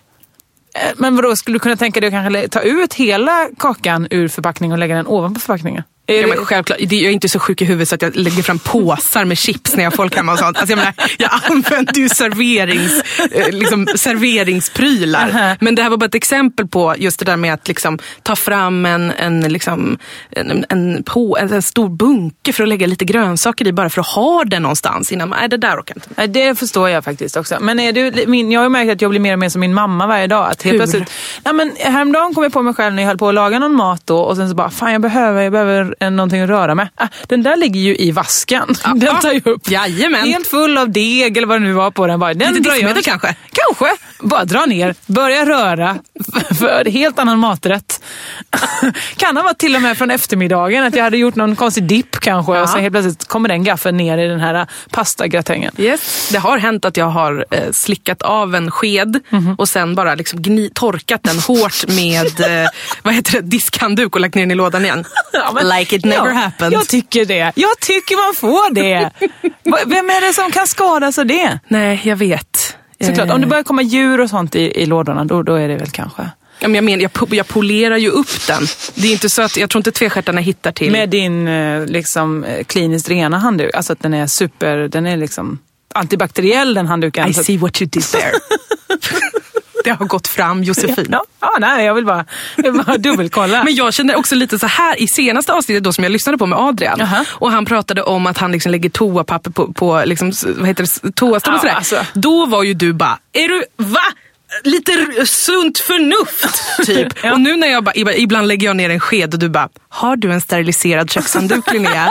Okay. Men vadå, skulle du kunna tänka dig att kanske ta ut hela kakan ur förpackningen och lägga den ovanpå förpackningen? Ja, men självklart, jag är inte så sjuk i huvudet så att jag lägger fram påsar med chips när jag har folk hemma och sånt. Alltså jag menar, jag använder ju serverings, liksom, serveringsprylar. Uh-huh. Men det här var bara ett exempel på just det där med att liksom, ta fram en, en, liksom, en, en, på, en, en stor bunke för att lägga lite grönsaker i bara för att ha den någonstans innan man, nej det där orkar inte. Det förstår jag faktiskt också. Men är du, min, jag har ju märkt att jag blir mer och mer som min mamma varje dag. Att helt plötsligt, nej men häromdagen kom jag på mig själv när jag höll på att laga någon mat då och sen så bara, fan jag behöver, jag behöver en, någonting att röra med. Ah, den där ligger ju i vasken. Ja, den tar ju upp. Jajamän. Helt full av deg eller vad det nu var på den. Bara, den lite drar diskmedel jag. kanske? Kanske. Bara dra ner. Börja röra. För helt annan maträtt. Kan ha varit till och med från eftermiddagen att jag hade gjort någon konstig dipp kanske. Ja. Och så helt plötsligt kommer den gaffeln ner i den här pastagratängen. Yes. Det har hänt att jag har eh, slickat av en sked mm-hmm. och sen bara liksom gni- torkat den hårt med eh, vad heter det, diskhandduk och lagt ner den i lådan igen. Ja, men, like it never ja, happened. Jag tycker det. Jag tycker man får det. Vem är det som kan skadas av det? Nej, jag vet. Såklart, om det börjar komma djur och sånt i, i lådorna, då, då är det väl kanske... Ja, men jag menar, jag, jag polerar ju upp den. Det är inte så att, jag tror inte tvestjärtarna hittar till. Med din liksom kliniskt rena handduk. Alltså att den är super, den är liksom antibakteriell den handduken. I see what you did there. Det har gått fram, Josefin. Ja, ja nej, jag vill bara, jag vill bara dubbelkolla. Men jag känner också lite så här i senaste avsnittet då som jag lyssnade på med Adrian. Uh-huh. Och han pratade om att han liksom lägger toapapper på, på liksom, vad heter det, toastol och sådär. Ja, alltså. Då var ju du bara, är du, va? Lite sunt förnuft, typ. Ja. Och nu när jag bara, ibland lägger jag ner en sked och du bara, har du en steriliserad kökshandduk, Linnea?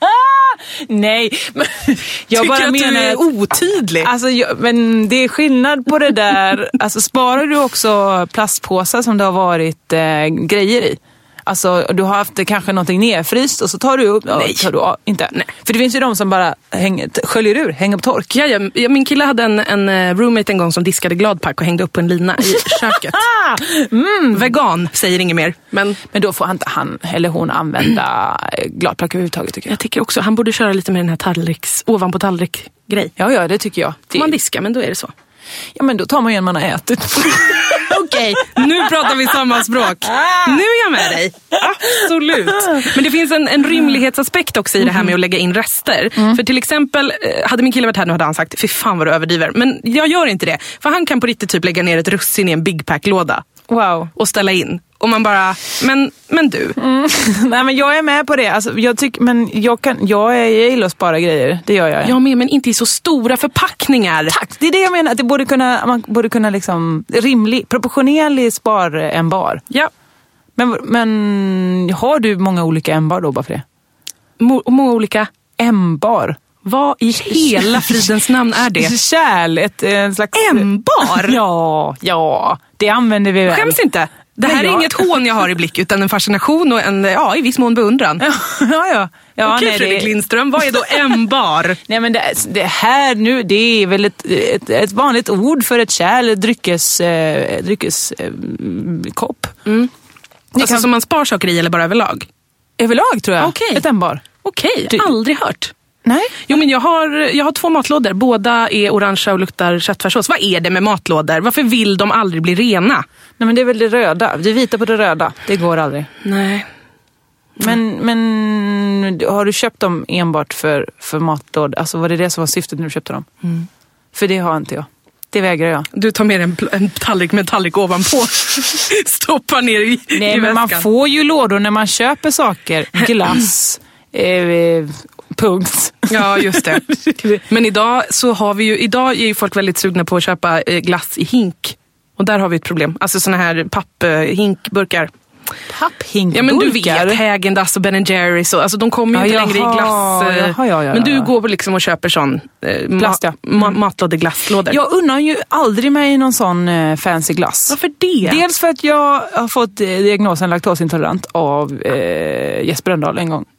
Nej, men jag tycker bara att menar du är otydlig. Alltså, jag, men det är skillnad på det där. Alltså, sparar du också plastpåsar som det har varit eh, grejer i? Alltså, du har haft kanske någonting nedfryst och så tar du upp... Nej. Tar du av, inte. Nej. För det finns ju de som bara hänger, sköljer ur, hänger på tork. Ja, ja, min kille hade en, en roommate en gång som diskade Gladpack och hängde upp en lina i köket. mm. Vegan, säger inget mer. Men, men då får inte han eller hon använda Gladpack överhuvudtaget, tycker jag. Jag tycker också, han borde köra lite med den här tallriks, ovanpå tallrik-grej. Ja, ja, det tycker jag. Det... Man diskar, men då är det så. Ja, men då tar man igen man har ätit. Okej, nu pratar vi samma språk. Nu är jag med dig. Absolut. Men det finns en, en rimlighetsaspekt också i det här med att lägga in rester. Mm. För till exempel, hade min kille varit här nu hade han sagt, fy fan vad du överdriver. Men jag gör inte det. För han kan på riktigt typ lägga ner ett russin i en Big Pack-låda. Wow. Och ställa in. Och man bara, men, men du. Mm. Nej, men jag är med på det. Alltså, jag tycker, men jag, kan, jag, är, jag gillar att spara grejer. Det gör jag. Jag med, men inte i så stora förpackningar. Tack, det är det jag menar. Att det borde kunna, man borde kunna liksom, rimlig, proportionerlig spar en bar. Ja. Men, men har du många olika en-bar då bara för det? Mo- många olika en-bar? Vad i hela fridens namn är det? Kärl, ett en slags... En-bar? Ja, ja. Det använder vi väl. Skäms inte. Det här jag... är inget hån jag har i blick utan en fascination och en, ja, i viss mån beundran. Ja, ja. ja Okej, nej, Fredrik det... Lindström, vad är då en bar? Nej, men det, det här nu, det är väl ett, ett, ett vanligt ord för ett kärl, dryckes, eh, dryckeskopp. Eh, mm. Alltså kan... som man spar saker i eller bara överlag? Överlag tror jag. Okay. Ett en-bar. Okej, okay. Du... aldrig hört. Nej. Jo, men jag har, jag har två matlådor. Båda är orangea och luktar köttfärssås. Vad är det med matlådor? Varför vill de aldrig bli rena? Nej, men det är väl det röda. Det vita på det röda. Det går aldrig. Nej. Men, men har du köpt dem enbart för, för matlådor? Alltså var det det som var syftet när du köpte dem? Mm. För det har inte jag. Det vägrar jag. Du tar med en, en tallrik med en tallrik ovanpå. Stoppar ner i, Nej, i men man får ju lådor när man köper saker. Glass. eh, punkt. Ja, just det. Men idag så har vi ju, idag är ju folk väldigt sugna på att köpa glass i hink. Och där har vi ett problem. Alltså såna här papphinkburkar. Papphinkburkar? Ja, men du vet, Häagen-Dazs och Ben and Jerry's. Och, alltså de kommer ju ja, inte jaha, längre i glass. Jaha, ja, ja, men du ja. går liksom och köper sån eh, Plast, ja. ma- matlådor, glasslådor. Jag unnar ju aldrig mig någon sån eh, fancy glass. Varför det? Dels för att jag har fått eh, diagnosen laktosintolerant av eh, Jesper Rönndahl en gång.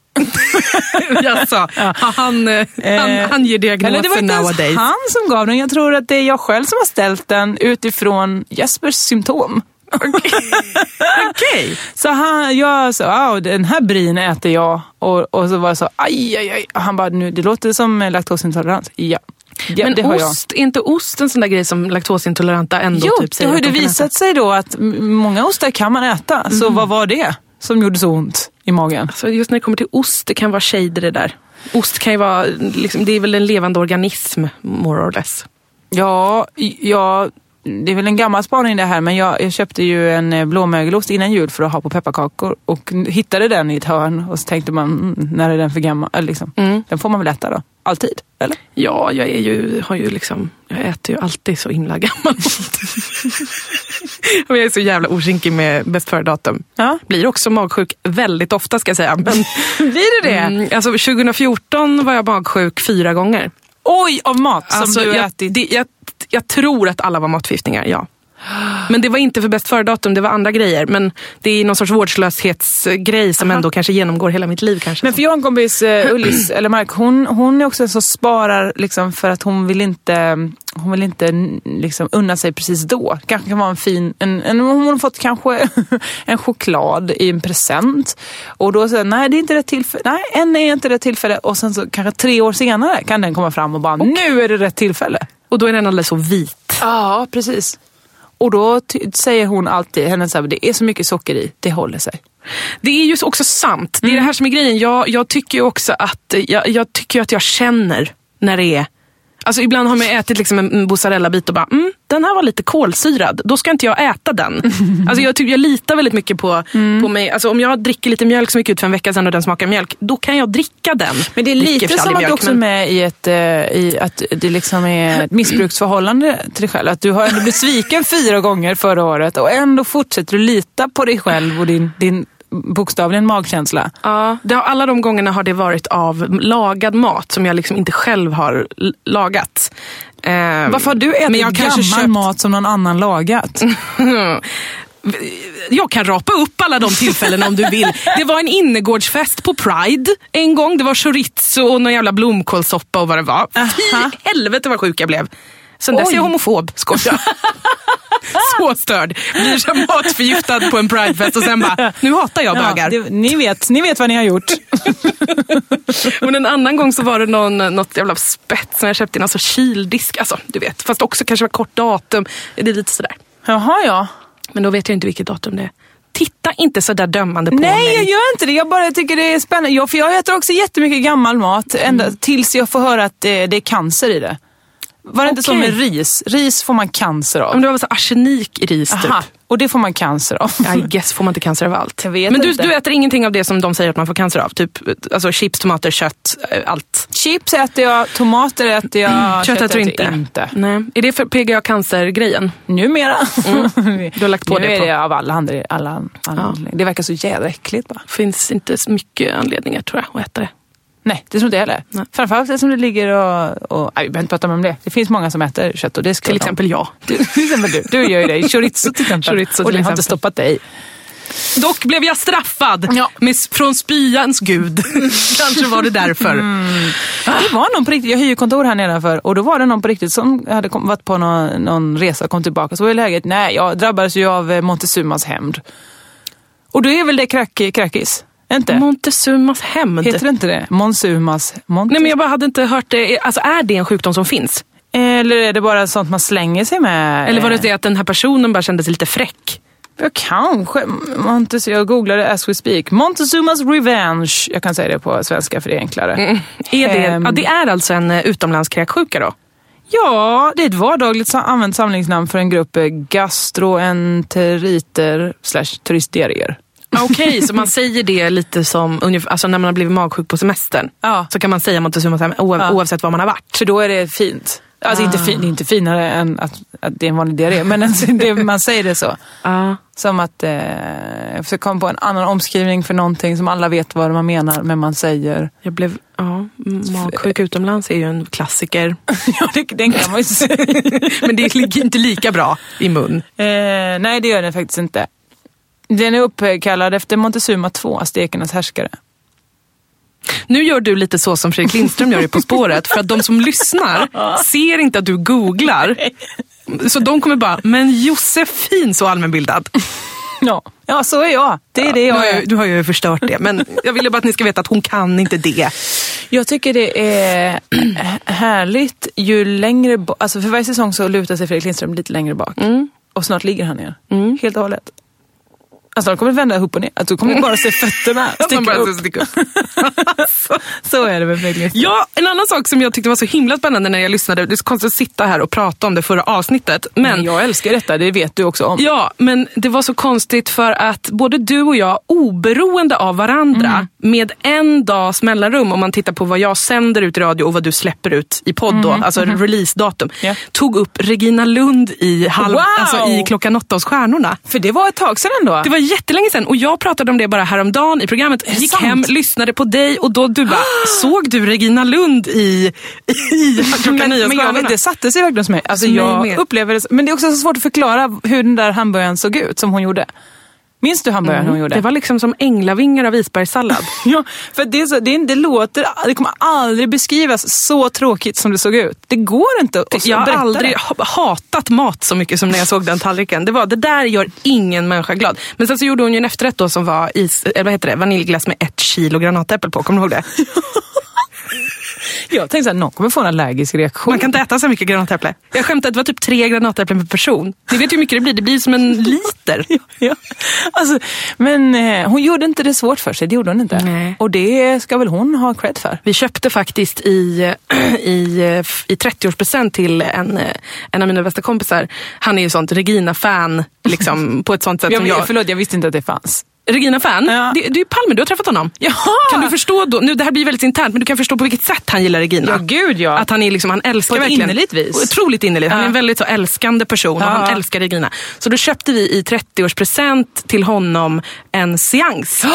Jaså, ja. han, eh, han, han ger diagnosen det var inte nowadays. ens han som gav den. Jag tror att det är jag själv som har ställt den utifrån Jespers symptom. Okej. Okay. Så han, jag sa, wow, den här brin äter jag. Och, och så var jag så, aj, aj, aj. Och han bara, nu, det låter som laktosintolerant. Ja. Ja, men det har ost, är inte ost en sån där grej som laktosintoleranta ändå jo, typ säger? Jo, det har det visat äta? sig då att många ostar kan man äta. Mm. Så vad var det som gjorde så ont i magen? Alltså just när det kommer till ost, det kan vara shade det där. Ost kan ju vara, liksom, det är väl en levande organism, more or less. Ja, ja, det är väl en gammal spaning det här, men jag, jag köpte ju en blåmögelost innan jul för att ha på pepparkakor och hittade den i ett hörn och så tänkte man, mm, när är den för gammal? Eller liksom, mm. Den får man väl äta då? Alltid, eller? Ja, jag är ju, har ju liksom, jag äter ju alltid så himla gammal. Och jag är så jävla oskinkig med bäst före datum. Ja. Blir också magsjuk väldigt ofta, ska jag säga. Men, blir det det? Mm, alltså tjugo fjorton var jag magsjuk fyra gånger. Oj, av mat som alltså, du jag, ätit? Det, jag, jag tror att alla var matförgiftningar, ja. Men det var inte för bäst före datum, det var andra grejer. Men det är någon sorts vårdslöshetsgrej som Aha. ändå kanske genomgår hela mitt liv. Kanske. Men för jag har en kompis, uh, Ullis, eller Mark, hon, hon är också så sparar liksom, för att hon vill inte, hon vill inte liksom, unna sig precis då. Kanske kan vara en fin, en, en, hon har fått kanske en choklad i en present. Och då säger nej, det är inte rätt tillfälle. Nej, än är inte rätt tillfälle. Och sen så kanske tre år senare kan den komma fram och bara, och nu är det rätt tillfälle. Och då är den alldeles så vit. Ja, precis. Och då t- säger hon alltid, henne så här, det är så mycket socker i, det håller sig. Det är ju också sant. Det är mm. det här som är grejen. Jag, jag tycker ju också att jag, jag tycker att jag känner när det är. Alltså ibland har man ätit liksom en mozzarella-bit och bara, mm, den här var lite kolsyrad. Då ska inte jag äta den. Alltså jag tycker jag litar väldigt mycket på, mm. på mig. Alltså om jag dricker lite mjölk som gick ut för en vecka sedan och den smakar mjölk, då kan jag dricka den. Men det är lite som att du också är med i ett, i att det liksom är ett missbruksförhållande till dig själv. Att du har ändå blivit sviken fyra gånger förra året och ändå fortsätter du lita på dig själv och din, din bokstavligen magkänsla. Ja, det har, alla de gångerna har det varit av lagad mat som jag liksom inte själv har l- lagat. Eh, Varför har du ätit jag gammal köpt... mat som någon annan lagat? Jag kan rapa upp alla de tillfällen om du vill. Det var en innergårdsfest på Pride en gång. Det var chorizo och någon jävla blomkålsoppa och vad det var. Fy helvete vad sjuk jag blev. Sen dess är jag homofob, skoja. Så störd. Blir så matförgiftad på en pridefest och sen bara, nu hatar jag bögar. Ja, det, ni, vet, ni vet vad ni har gjort. Men en annan gång så var det någon, något jävla spett som jag köpte i någon så kyldisk. Alltså, du vet. Fast också kanske var kort datum. Det är lite sådär. Jaha, ja. Men då vet jag inte vilket datum det är. Titta inte så där dömande på Nej, mig. Nej, jag gör inte det. Jag bara tycker det är spännande. Jag, för jag äter också jättemycket gammal mat. Ända mm. tills jag får höra att det, det är cancer i det. Var det inte som med ris? Ris får man cancer av. Om det var så arsenik i ris typ. Aha, och det får man cancer av. I guess får man inte cancer av allt. Jag vet Men du, inte. du äter ingenting av det som de säger att man får cancer av? Typ alltså chips, tomater, kött, allt. Chips äter jag, tomater äter jag, mm, kött, kött äter du inte. inte. Nej. Är det för P G A-cancer-grejen? Numera. Mm. Du har lagt på nu det är på. det av alla andra. Alla, alla ja. Det verkar så jävla äckligt bara. Finns inte så mycket anledningar tror jag att äta det. Nej, det tror inte jag heller. Nej. Framförallt eftersom det ligger och... och nej, vi behöver inte prata om det. Det finns många som äter kött och det ska till exempel jag. Du, till exempel du. Du gör ju det. Chorizo till exempel. Chorizo till och det exempel. har inte stoppat dig. Dock blev jag straffad ja. med, från spyans gud. Kanske var det därför. Mm. Det var någon på riktigt. Jag hyr kontor här nedanför. Och då var det någon på riktigt som hade kom, varit på någon, någon resa och kom tillbaka. Så var det läget, nej, jag drabbades ju av Montezumas hämnd. Och då är väl det kräk, kräkis? Inte? Montezumas hämnd. Heter det inte det? Montezumas. Montes... Nej, men jag bara hade inte hört det. Alltså är det en sjukdom som finns? Eller är det bara sånt man slänger sig med? Eller var det det att den här personen bara kände sig lite fräck? Ja, kanske. Montes, jag googlade as we speak. Montezumas revenge. Jag kan säga det på svenska för det är enklare. Mm. Är det, um, ja, det är alltså en utomlandskräksjuka då? Ja, det är ett vardagligt använt samlingsnamn för en grupp gastroenteriter slash turistdiarréer. Okej, okay, så man säger det lite som ungefär, alltså när man har blivit magsjuk på semestern. Ja. Så kan man säga Montezumas hämnd oavsett var man har varit. För då är det fint. Alltså ah. inte, fin, det är inte finare än att, att det är en vanlig diarré. Men det, man säger det så. Ah. Som att eh, jag försöker komma på en annan omskrivning för någonting som alla vet vad man menar. Men man säger... Jag blev... Ja, magsjuk utomlands är ju en klassiker. Ja, det, den kan man ju säga. Men det ligger inte lika bra i mun. Eh, nej, det gör den faktiskt inte. Den är uppkallad efter Montezuma två, stekernas härskare. Nu gör du lite så som Fredrik Lindström gör i På spåret. För att de som lyssnar ser inte att du googlar. Så de kommer bara, men Josefin så allmänbildad. Ja, ja så är jag. Det är ja, det jag du, har är. ju, du har ju förstört det. Men jag ville bara att ni ska veta att hon kan inte det. Jag tycker det är härligt ju längre bak. Alltså för varje säsong så lutar sig Fredrik Lindström lite längre bak. Mm. Och snart ligger han ner. Mm. Helt och hållet. Alltså de kommer vända upp och ner. Att du kommer bara se fötterna sticka upp. Sticka upp. så, så är det väl verkligen. Ja, en annan sak som jag tyckte var så himla spännande när jag lyssnade. Det är så konstigt att sitta här och prata om det förra avsnittet. Men, men jag älskar detta, det vet du också om. Ja, men det var så konstigt för att både du och jag, oberoende av varandra, mm. med en dags mellanrum, om man tittar på vad jag sänder ut i radio och vad du släpper ut i podd då, mm. alltså mm. releasedatum, yeah. tog upp Regina Lund i, halv, wow. alltså i klockan åtta hos Stjärnorna. För det var ett tag sedan ändå. Det var jättelänge sedan och jag pratade om det bara häromdagen i programmet. Gick sant? hem, lyssnade på dig och då du bara, såg du Regina Lund i, i klockan nio hos Men jag vet, det satte sig verkligen som mig. Alltså jag upplever det, men det är också så svårt att förklara hur den där hamburgaren såg ut som hon gjorde. Minns du hamburgaren mm. hon gjorde? Det var liksom som änglavingar av isbergssallad. Ja, för det, är så, det, det låter, det kommer aldrig beskrivas så tråkigt som det såg ut. Det går inte att berätta. Jag har aldrig det. hatat mat så mycket som när jag såg den tallriken. Det var, det där gör ingen människa glad. Men sen så gjorde hon ju en efterrätt då som var is, eller vad heter det, vaniljglass med ett kilo granatäppel på. Kommer du ihåg det? Jag tänkte att någon kommer få en allergisk reaktion. Man kan inte äta så mycket granatäpple. Jag skämtade att det var typ tre granatäpplen per person. Ni vet ju hur mycket det blir. Det blir som en liter. ja, ja. Alltså, men eh, hon gjorde inte det svårt för sig. Det gjorde hon inte. Nej. Och det ska väl hon ha cred för. Vi köpte faktiskt i, i, i trettioårspresent till en, en av mina bästa kompisar. Han är ju sånt Regina-fan liksom, på ett sånt sätt jag, som jag... Förlåt, jag visste inte att det fanns. Regina-fan? Ja. Det, det är Palme, du har träffat honom. Jaha. Kan du förstå då, nu det här blir väldigt internt, men du kan förstå på vilket sätt han gillar Regina. Ja, gud ja. Att han är liksom, han älskar på ett verkligen. Innerligt vis. Otroligt innerligt. Ja. Han är en väldigt så älskande person ja. och han älskar Regina. Så då köpte vi i trettioårspresent till honom en seans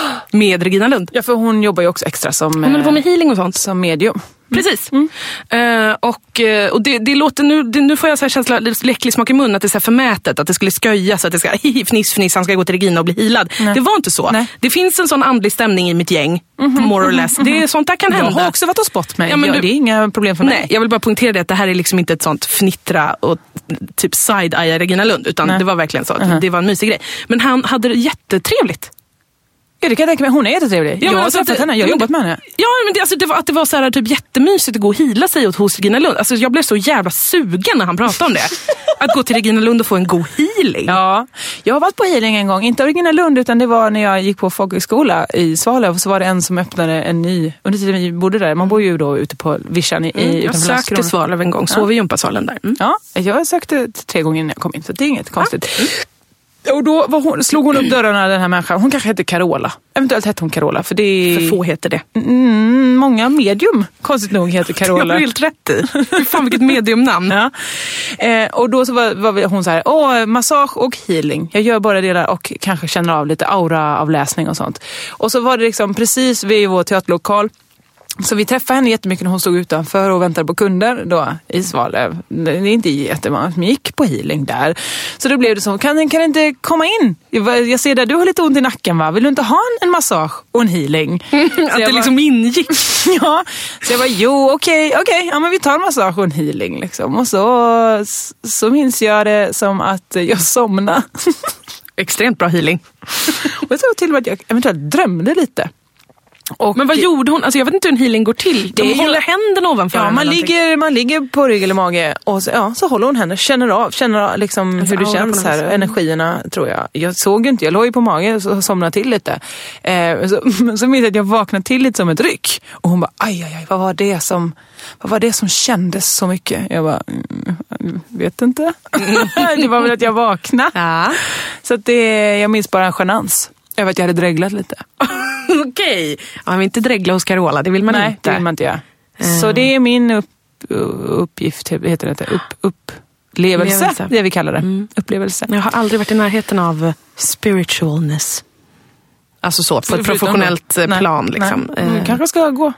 med Regina Lund. Ja, för hon jobbar ju också extra som... Hon håller på med healing och sånt. Som medium. Precis. Mm. Uh, och och det, det låter nu, det, nu får jag så här känsla, läcklig smak i mun att det är så här förmätet, att det skulle sköjas, att det ska fniss, fniss, han ska gå till Regina och bli healad. Nej. Det var inte så. Nej. Det finns en sån andlig stämning i mitt gäng, mm-hmm. more or less. Det är sånt där kan hända. Jag har också varit och spott mig. Ja, men ja, du, det är inga problem för mig. Nej, jag vill bara poängtera det att det här är liksom inte ett sånt fnittra och typ side-eye Regina Lund, utan nej. Det var verkligen så. Uh-huh. Det var en mysig grej. Men han hade det jättetrevligt. Ja, det kan jag tänka mig. Hon är jättetrevlig. Ja, jag har alltså träffat henne. Jag har jobbat med henne. Ja, men det, alltså, det var, att det var så här, typ jättemysigt att gå och hila sig åt hos Regina Lund. Alltså, jag blev så jävla sugen när han pratade om det. Att gå till Regina Lund och få en god healing. Ja, jag har varit på healing en gång. Inte av Regina Lund, utan det var när jag gick på folkhögskola i Svalöv. Så var det en som öppnade en ny... Under tiden vi bodde där. Man bor ju då ute på Vischan i, mm, i jag sökte Svalöv en gång. Sov i gympasalen där. Mm. Ja, jag sökte tre gånger innan jag kom in. Så det är inget konstigt. Ja. Och då var hon, slog hon upp dörrarna, den här människan. Hon kanske hette Carola. Eventuellt hette hon Carola. För, det... för få heter det. Mm, många medium, konstigt nog, heter Carola. Jag har helt rätt i. Fan vilket mediumnamn. Ja. Eh, och då så var, var hon så här, åh, massage och healing. Jag gör bara det där och kanske känner av lite auraavläsning och sånt. Och så var det liksom precis vid vår teaterlokal. Så vi träffade henne jättemycket när hon stod utanför och väntade på kunder då i Svalöv. Det är inte jättemånga som gick på healing där. Så då blev det så, kan, kan inte komma in? Jag, jag ser där, du har lite ont i nacken, va? Vill du inte ha en, en massage och en healing? Mm, att det var, liksom ingick. Ja, så jag var, jo okej, okay, okej, okay, ja men vi tar en massage och en healing liksom. Och så, så minns jag det som att jag somnade. Extremt bra healing. Och jag tror till och med att jag eventuellt drömde lite. Och men vad gjorde hon? Alltså jag vet inte hur en healing går till. De håller händerna ovanför. Ja, man ligger, man ligger på rygg eller mage och så, ja, så håller hon henne, känner av, känner av liksom alltså, hur det känns här, energierna tror jag. Jag såg ju inte, jag låg ju på mage och somnade till lite. Eh, så, så minns jag att jag vaknade till lite som ett ryck. Och hon bara, aj, aj, aj, vad var det som, vad var det som kändes så mycket? Jag bara, mm, vet inte. Det var väl att jag vaknade. Ja. Så att det, jag minns bara en genans. Jag vet att jag hade dreglat lite. Okej. Okay. Man vill inte dregla hos Carola, det vill man Nej, inte. Nej, det vill man inte göra. Mm. Så det är min upp, uppgift, heter det, upp, upplevelse, Upplevelse. Det vi kallar det. Mm. Upplevelse. Jag har aldrig varit i närheten av spiritualness. Alltså så, på ett professionellt nej, plan. Liksom. Nej. Mm, kanske ska gå.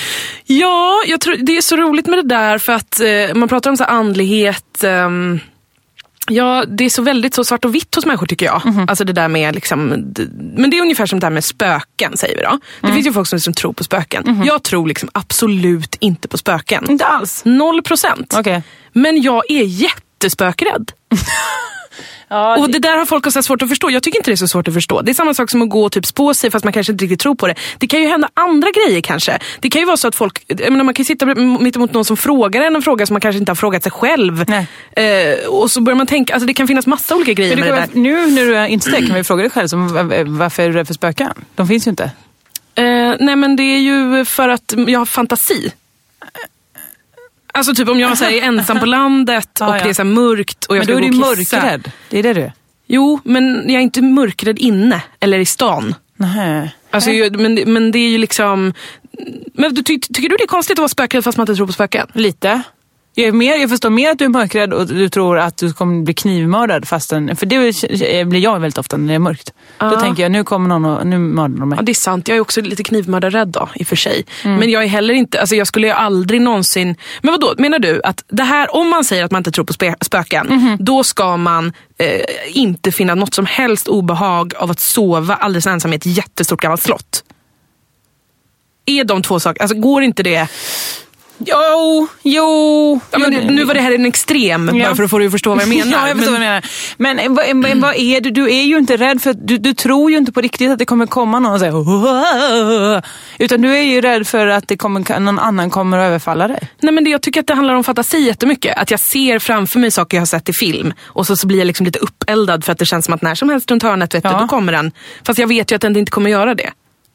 Ja, jag tror, det är så roligt med det där för att eh, man pratar om så här andlighet... Um, Ja, det är så väldigt så svart och vitt hos människor tycker jag. Mm-hmm. Alltså det där med liksom, det, men det är ungefär som det där med spöken säger vi då. Det mm. finns ju folk som, som tror på spöken. Mm-hmm. Jag tror liksom absolut inte på spöken. Inte alls? Noll procent. Okay. Men jag är jättespökrädd. Ja, och det där har folk också svårt att förstå. Jag tycker inte det är så svårt att förstå. Det är samma sak som att gå och typ spå sig fast man kanske inte riktigt tror på det. Det kan ju hända andra grejer kanske. Det kan ju vara så att folk, jag menar, man kan sitta mitt emot någon som frågar en en fråga som man kanske inte har frågat sig själv. Eh, och så börjar man tänka, alltså det kan finnas massa olika grejer med det där. Nu när du är inte kan vi fråga dig själv som, varför är du rädd för spöken? De finns ju inte. Eh, nej men det är ju för att jag har fantasi. Alltså typ om jag så här, är ensam på landet och ah, ja. det är så här mörkt och jag men ska då gå är och du kissa. Mörkrädd. Det är det du är. Jo, men jag är inte mörkrädd inne eller i stan. Nej. Alltså, jag, men, men det är ju liksom... Men ty, tycker du det är konstigt att vara spökrädd fast man inte tror på spöken? Lite. Jag, är mer, jag förstår mer att du är mörkrädd och du tror att du kommer bli knivmördad fastän, för det blir jag väldigt ofta när det är mörkt. Ja. Då tänker jag, nu kommer någon och nu mördar de mig. Ja, det är sant. Jag är också lite knivmördarrädd då, i och för sig. Mm. Men jag är heller inte, alltså jag skulle ju aldrig någonsin... Men vadå, menar du att det här, om man säger att man inte tror på spö- spöken, mm-hmm. då ska man eh, inte finna något som helst obehag av att sova alldeles ensam i ett jättestort gammalt slott? Är de två saker, alltså går inte det... Jo, jo. Ja, men nu var det här en extrem, ja. bara för att få dig att förstå vad jag menar. Ja, jag förstår men... vad jag menar. Men vad, mm. vad är du? Du är ju inte rädd för att du, du tror ju inte på riktigt att det kommer komma någon och säga Åh! Utan du är ju rädd för att det kommer, någon annan kommer att överfalla dig. Nej, men det, jag tycker att det handlar om fantasi jättemycket. Att jag ser framför mig saker jag har sett i film och så, så blir jag liksom lite uppeldad för att det känns som att när som helst runt hörnet vet du, ja. då kommer den. Fast jag vet ju att den inte kommer göra det.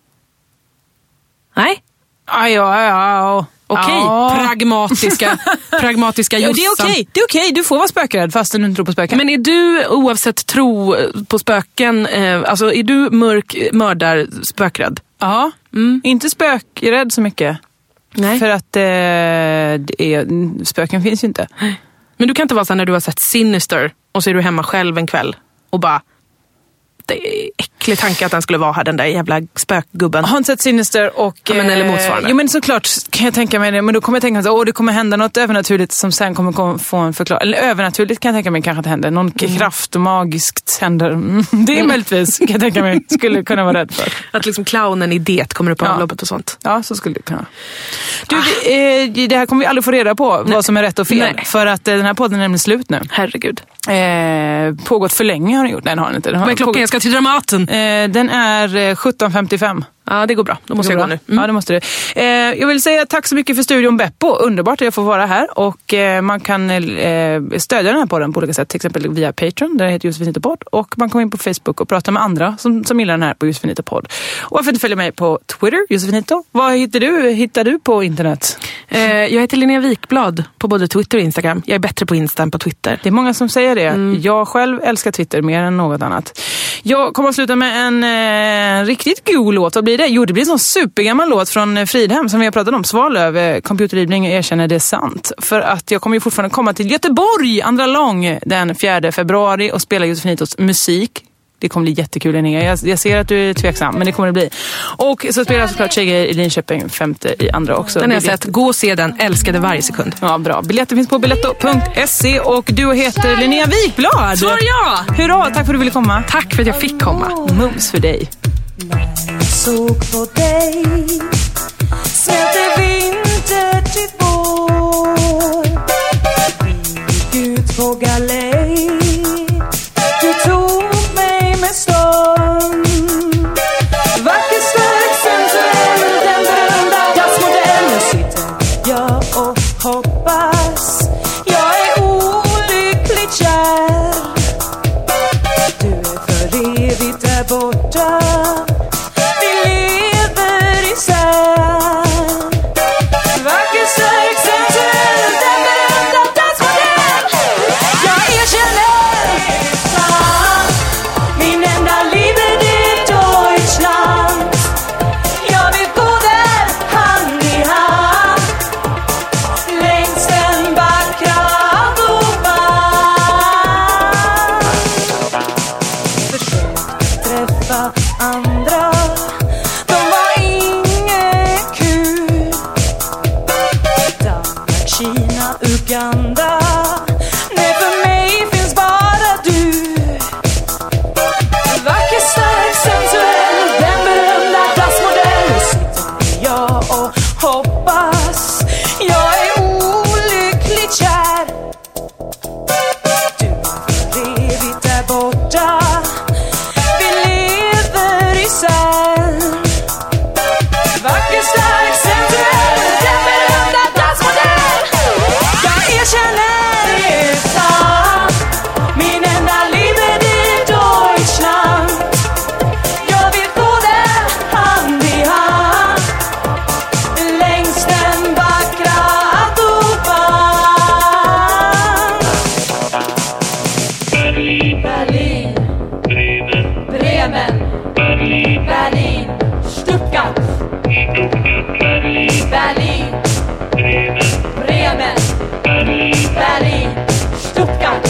Nej? Ja, ja, ja. Okej, ja. pragmatiska pragmatiska ja, det är okej. Det är okej, du får vara spökrädd fast du inte tror på spöken. Men är du oavsett tro på spöken, eh, alltså är du mörk mördar spökrädd? Ja, mm. inte spökrädd så mycket. Nej. För att eh, det är, spöken finns ju inte. Men du kan inte vara så när du har sett Sinister och så är du hemma själv en kväll och bara det är äcklig tanke att den skulle vara här, den där jävla spökgubben. Har inte sett Sinister och... Ja, men eller motsvarande. Jo, men såklart kan jag tänka mig det. Men då kommer jag tänka mig att åh, det kommer hända något övernaturligt som sen kommer få en förklaring. Eller övernaturligt kan jag tänka mig kanske att det händer. Någon mm. kraft och magiskt händer. Mm, det är möjligtvis, kan jag tänka mig, skulle kunna vara rädd för. Att liksom clownen i det kommer upp på avloppet och sånt. Ja, så skulle det kunna. Du, ah. eh, det här kommer vi aldrig få reda på, Nej. vad som är rätt och fel. Nej. För att eh, den här podden är nämligen slut nu. Herregud. Eh, pågått för länge har den gjort. Nej, den har den inte. Den har men klockan, pågått... jag ska till Dramaten. Eh, den är eh, sjutton femtiofem. Ja, det går bra. Då måste jag gå nu. Mm. Ja, det måste du. Eh, jag vill säga tack så mycket för studion Beppo. Underbart att jag får vara här. Och eh, man kan eh, stödja den här podden på olika sätt. Till exempel via Patreon, där det heter Josefin Hittar Podd. Och man kommer in på Facebook och prata med andra som, som gillar den här på Josefin Hittar Podd. Och varför inte följa mig på Twitter, Josefin Hittar? Vad hittar du, hittar du på internet? Eh, jag heter Linnea Wikblad på både Twitter och Instagram. Jag är bättre på Insta än på Twitter. Det är många som säger det. Mm. Jag själv älskar Twitter mer än något annat. Jag kommer att sluta med en eh, riktigt god låt. Vad blir det? Jo, det blir en sån supergammal låt från Fridhem som vi har pratat om. Svalöv, computerridning, erkänner det sant. För att jag kommer ju fortfarande komma till Göteborg andra lång den fjärde februari och spela Josefin Hitters musik. Det kommer bli jättekul, Linnea. Jag, jag ser att du är tveksam, men det kommer det bli. Och så spelar jag såklart Tjejer i Linköping femte i andra också. Den har jag sett. Gå och se den. Älskade varje sekund. Ja, bra. Biljetter finns på biletto punkt se och du heter Linnea Wikblad. Så är jag! Hurra, tack för att du ville komma. Tack för att jag fick komma. Mums för dig. När jag såg på dig smälte vinter till vår. Vi gick ut på galej. Du tog mig med storm. Vacker, stark, sensuell, den berömda jazzmodell. Nu sitter jag och hoppas jag är olyckligt kär. Du är för evigt där borta. Vi lever isär. Vacker, stark, sensuell, den berömda jazzmodell. Jag erkänner min enda liebe det Deutschland. Jag vill gå där hand i hand längs den vackra autobahn. Försökte träffa andra, de var inget kul. Danmark, Kina, Uganda. Nej, för mig finns bara du. Vacker, stark, sensuell, den berömda jazzmodell. Nu sitter jag och hoppas jag är olyckligt kär. Du är för evigt där borta. Berlin, Stuttgart,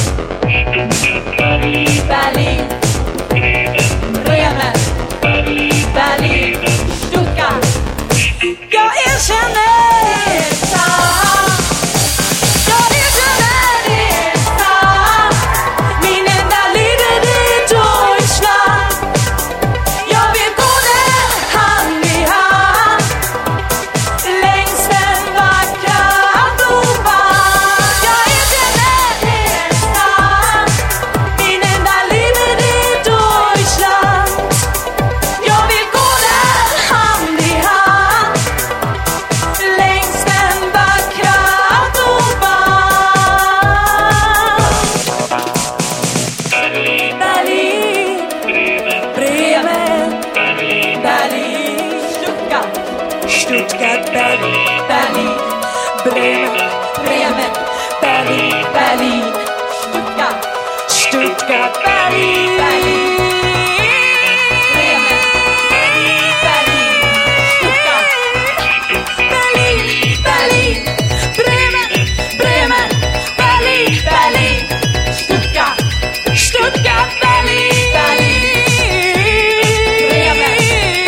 Berlin, Bremen, Berlin, Stuttgart. Jag erkänner det är sant. Jag erkänner det är sant. Min enda livet är Deutschland. Jag vill gå där hand i hand längs den vackra autobahn. Jag erkänner det är sant. Min enda livet är Deutschland. Jag vill gå där hand i hand längs den vackra autobahn. Berlin, Bremen, Berlin, Stuttgart, Stuttgart, Berlin, Berlin, Bremen, Bremen, Berlin, Berlin, Stuttgart, Stuttgart, Berlin, Berlin, Bremen, Berlin, Stuttgart, Berlin, Berlin, Bremen, Bremen, Berlin, Berlin, Stuttgart, Stuttgart, Berlin, Berlin,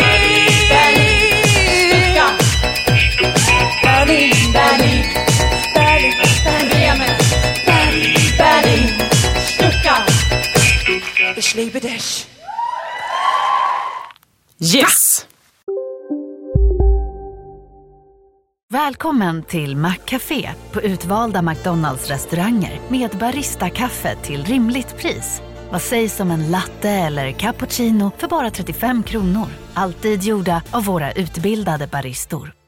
Berlin, Bremen, Stuttgart, Berlin, Berlin, Berlin, Bremen, Berlin, Berlin, Stuttgart. Ich liebe dich. Yes! Välkommen till Maccafé på utvalda McDonalds-restauranger med Barista-kaffe till rimligt pris. Vad sägs om en latte eller cappuccino för bara trettiofem kronor? Alltid gjorda av våra utbildade baristor.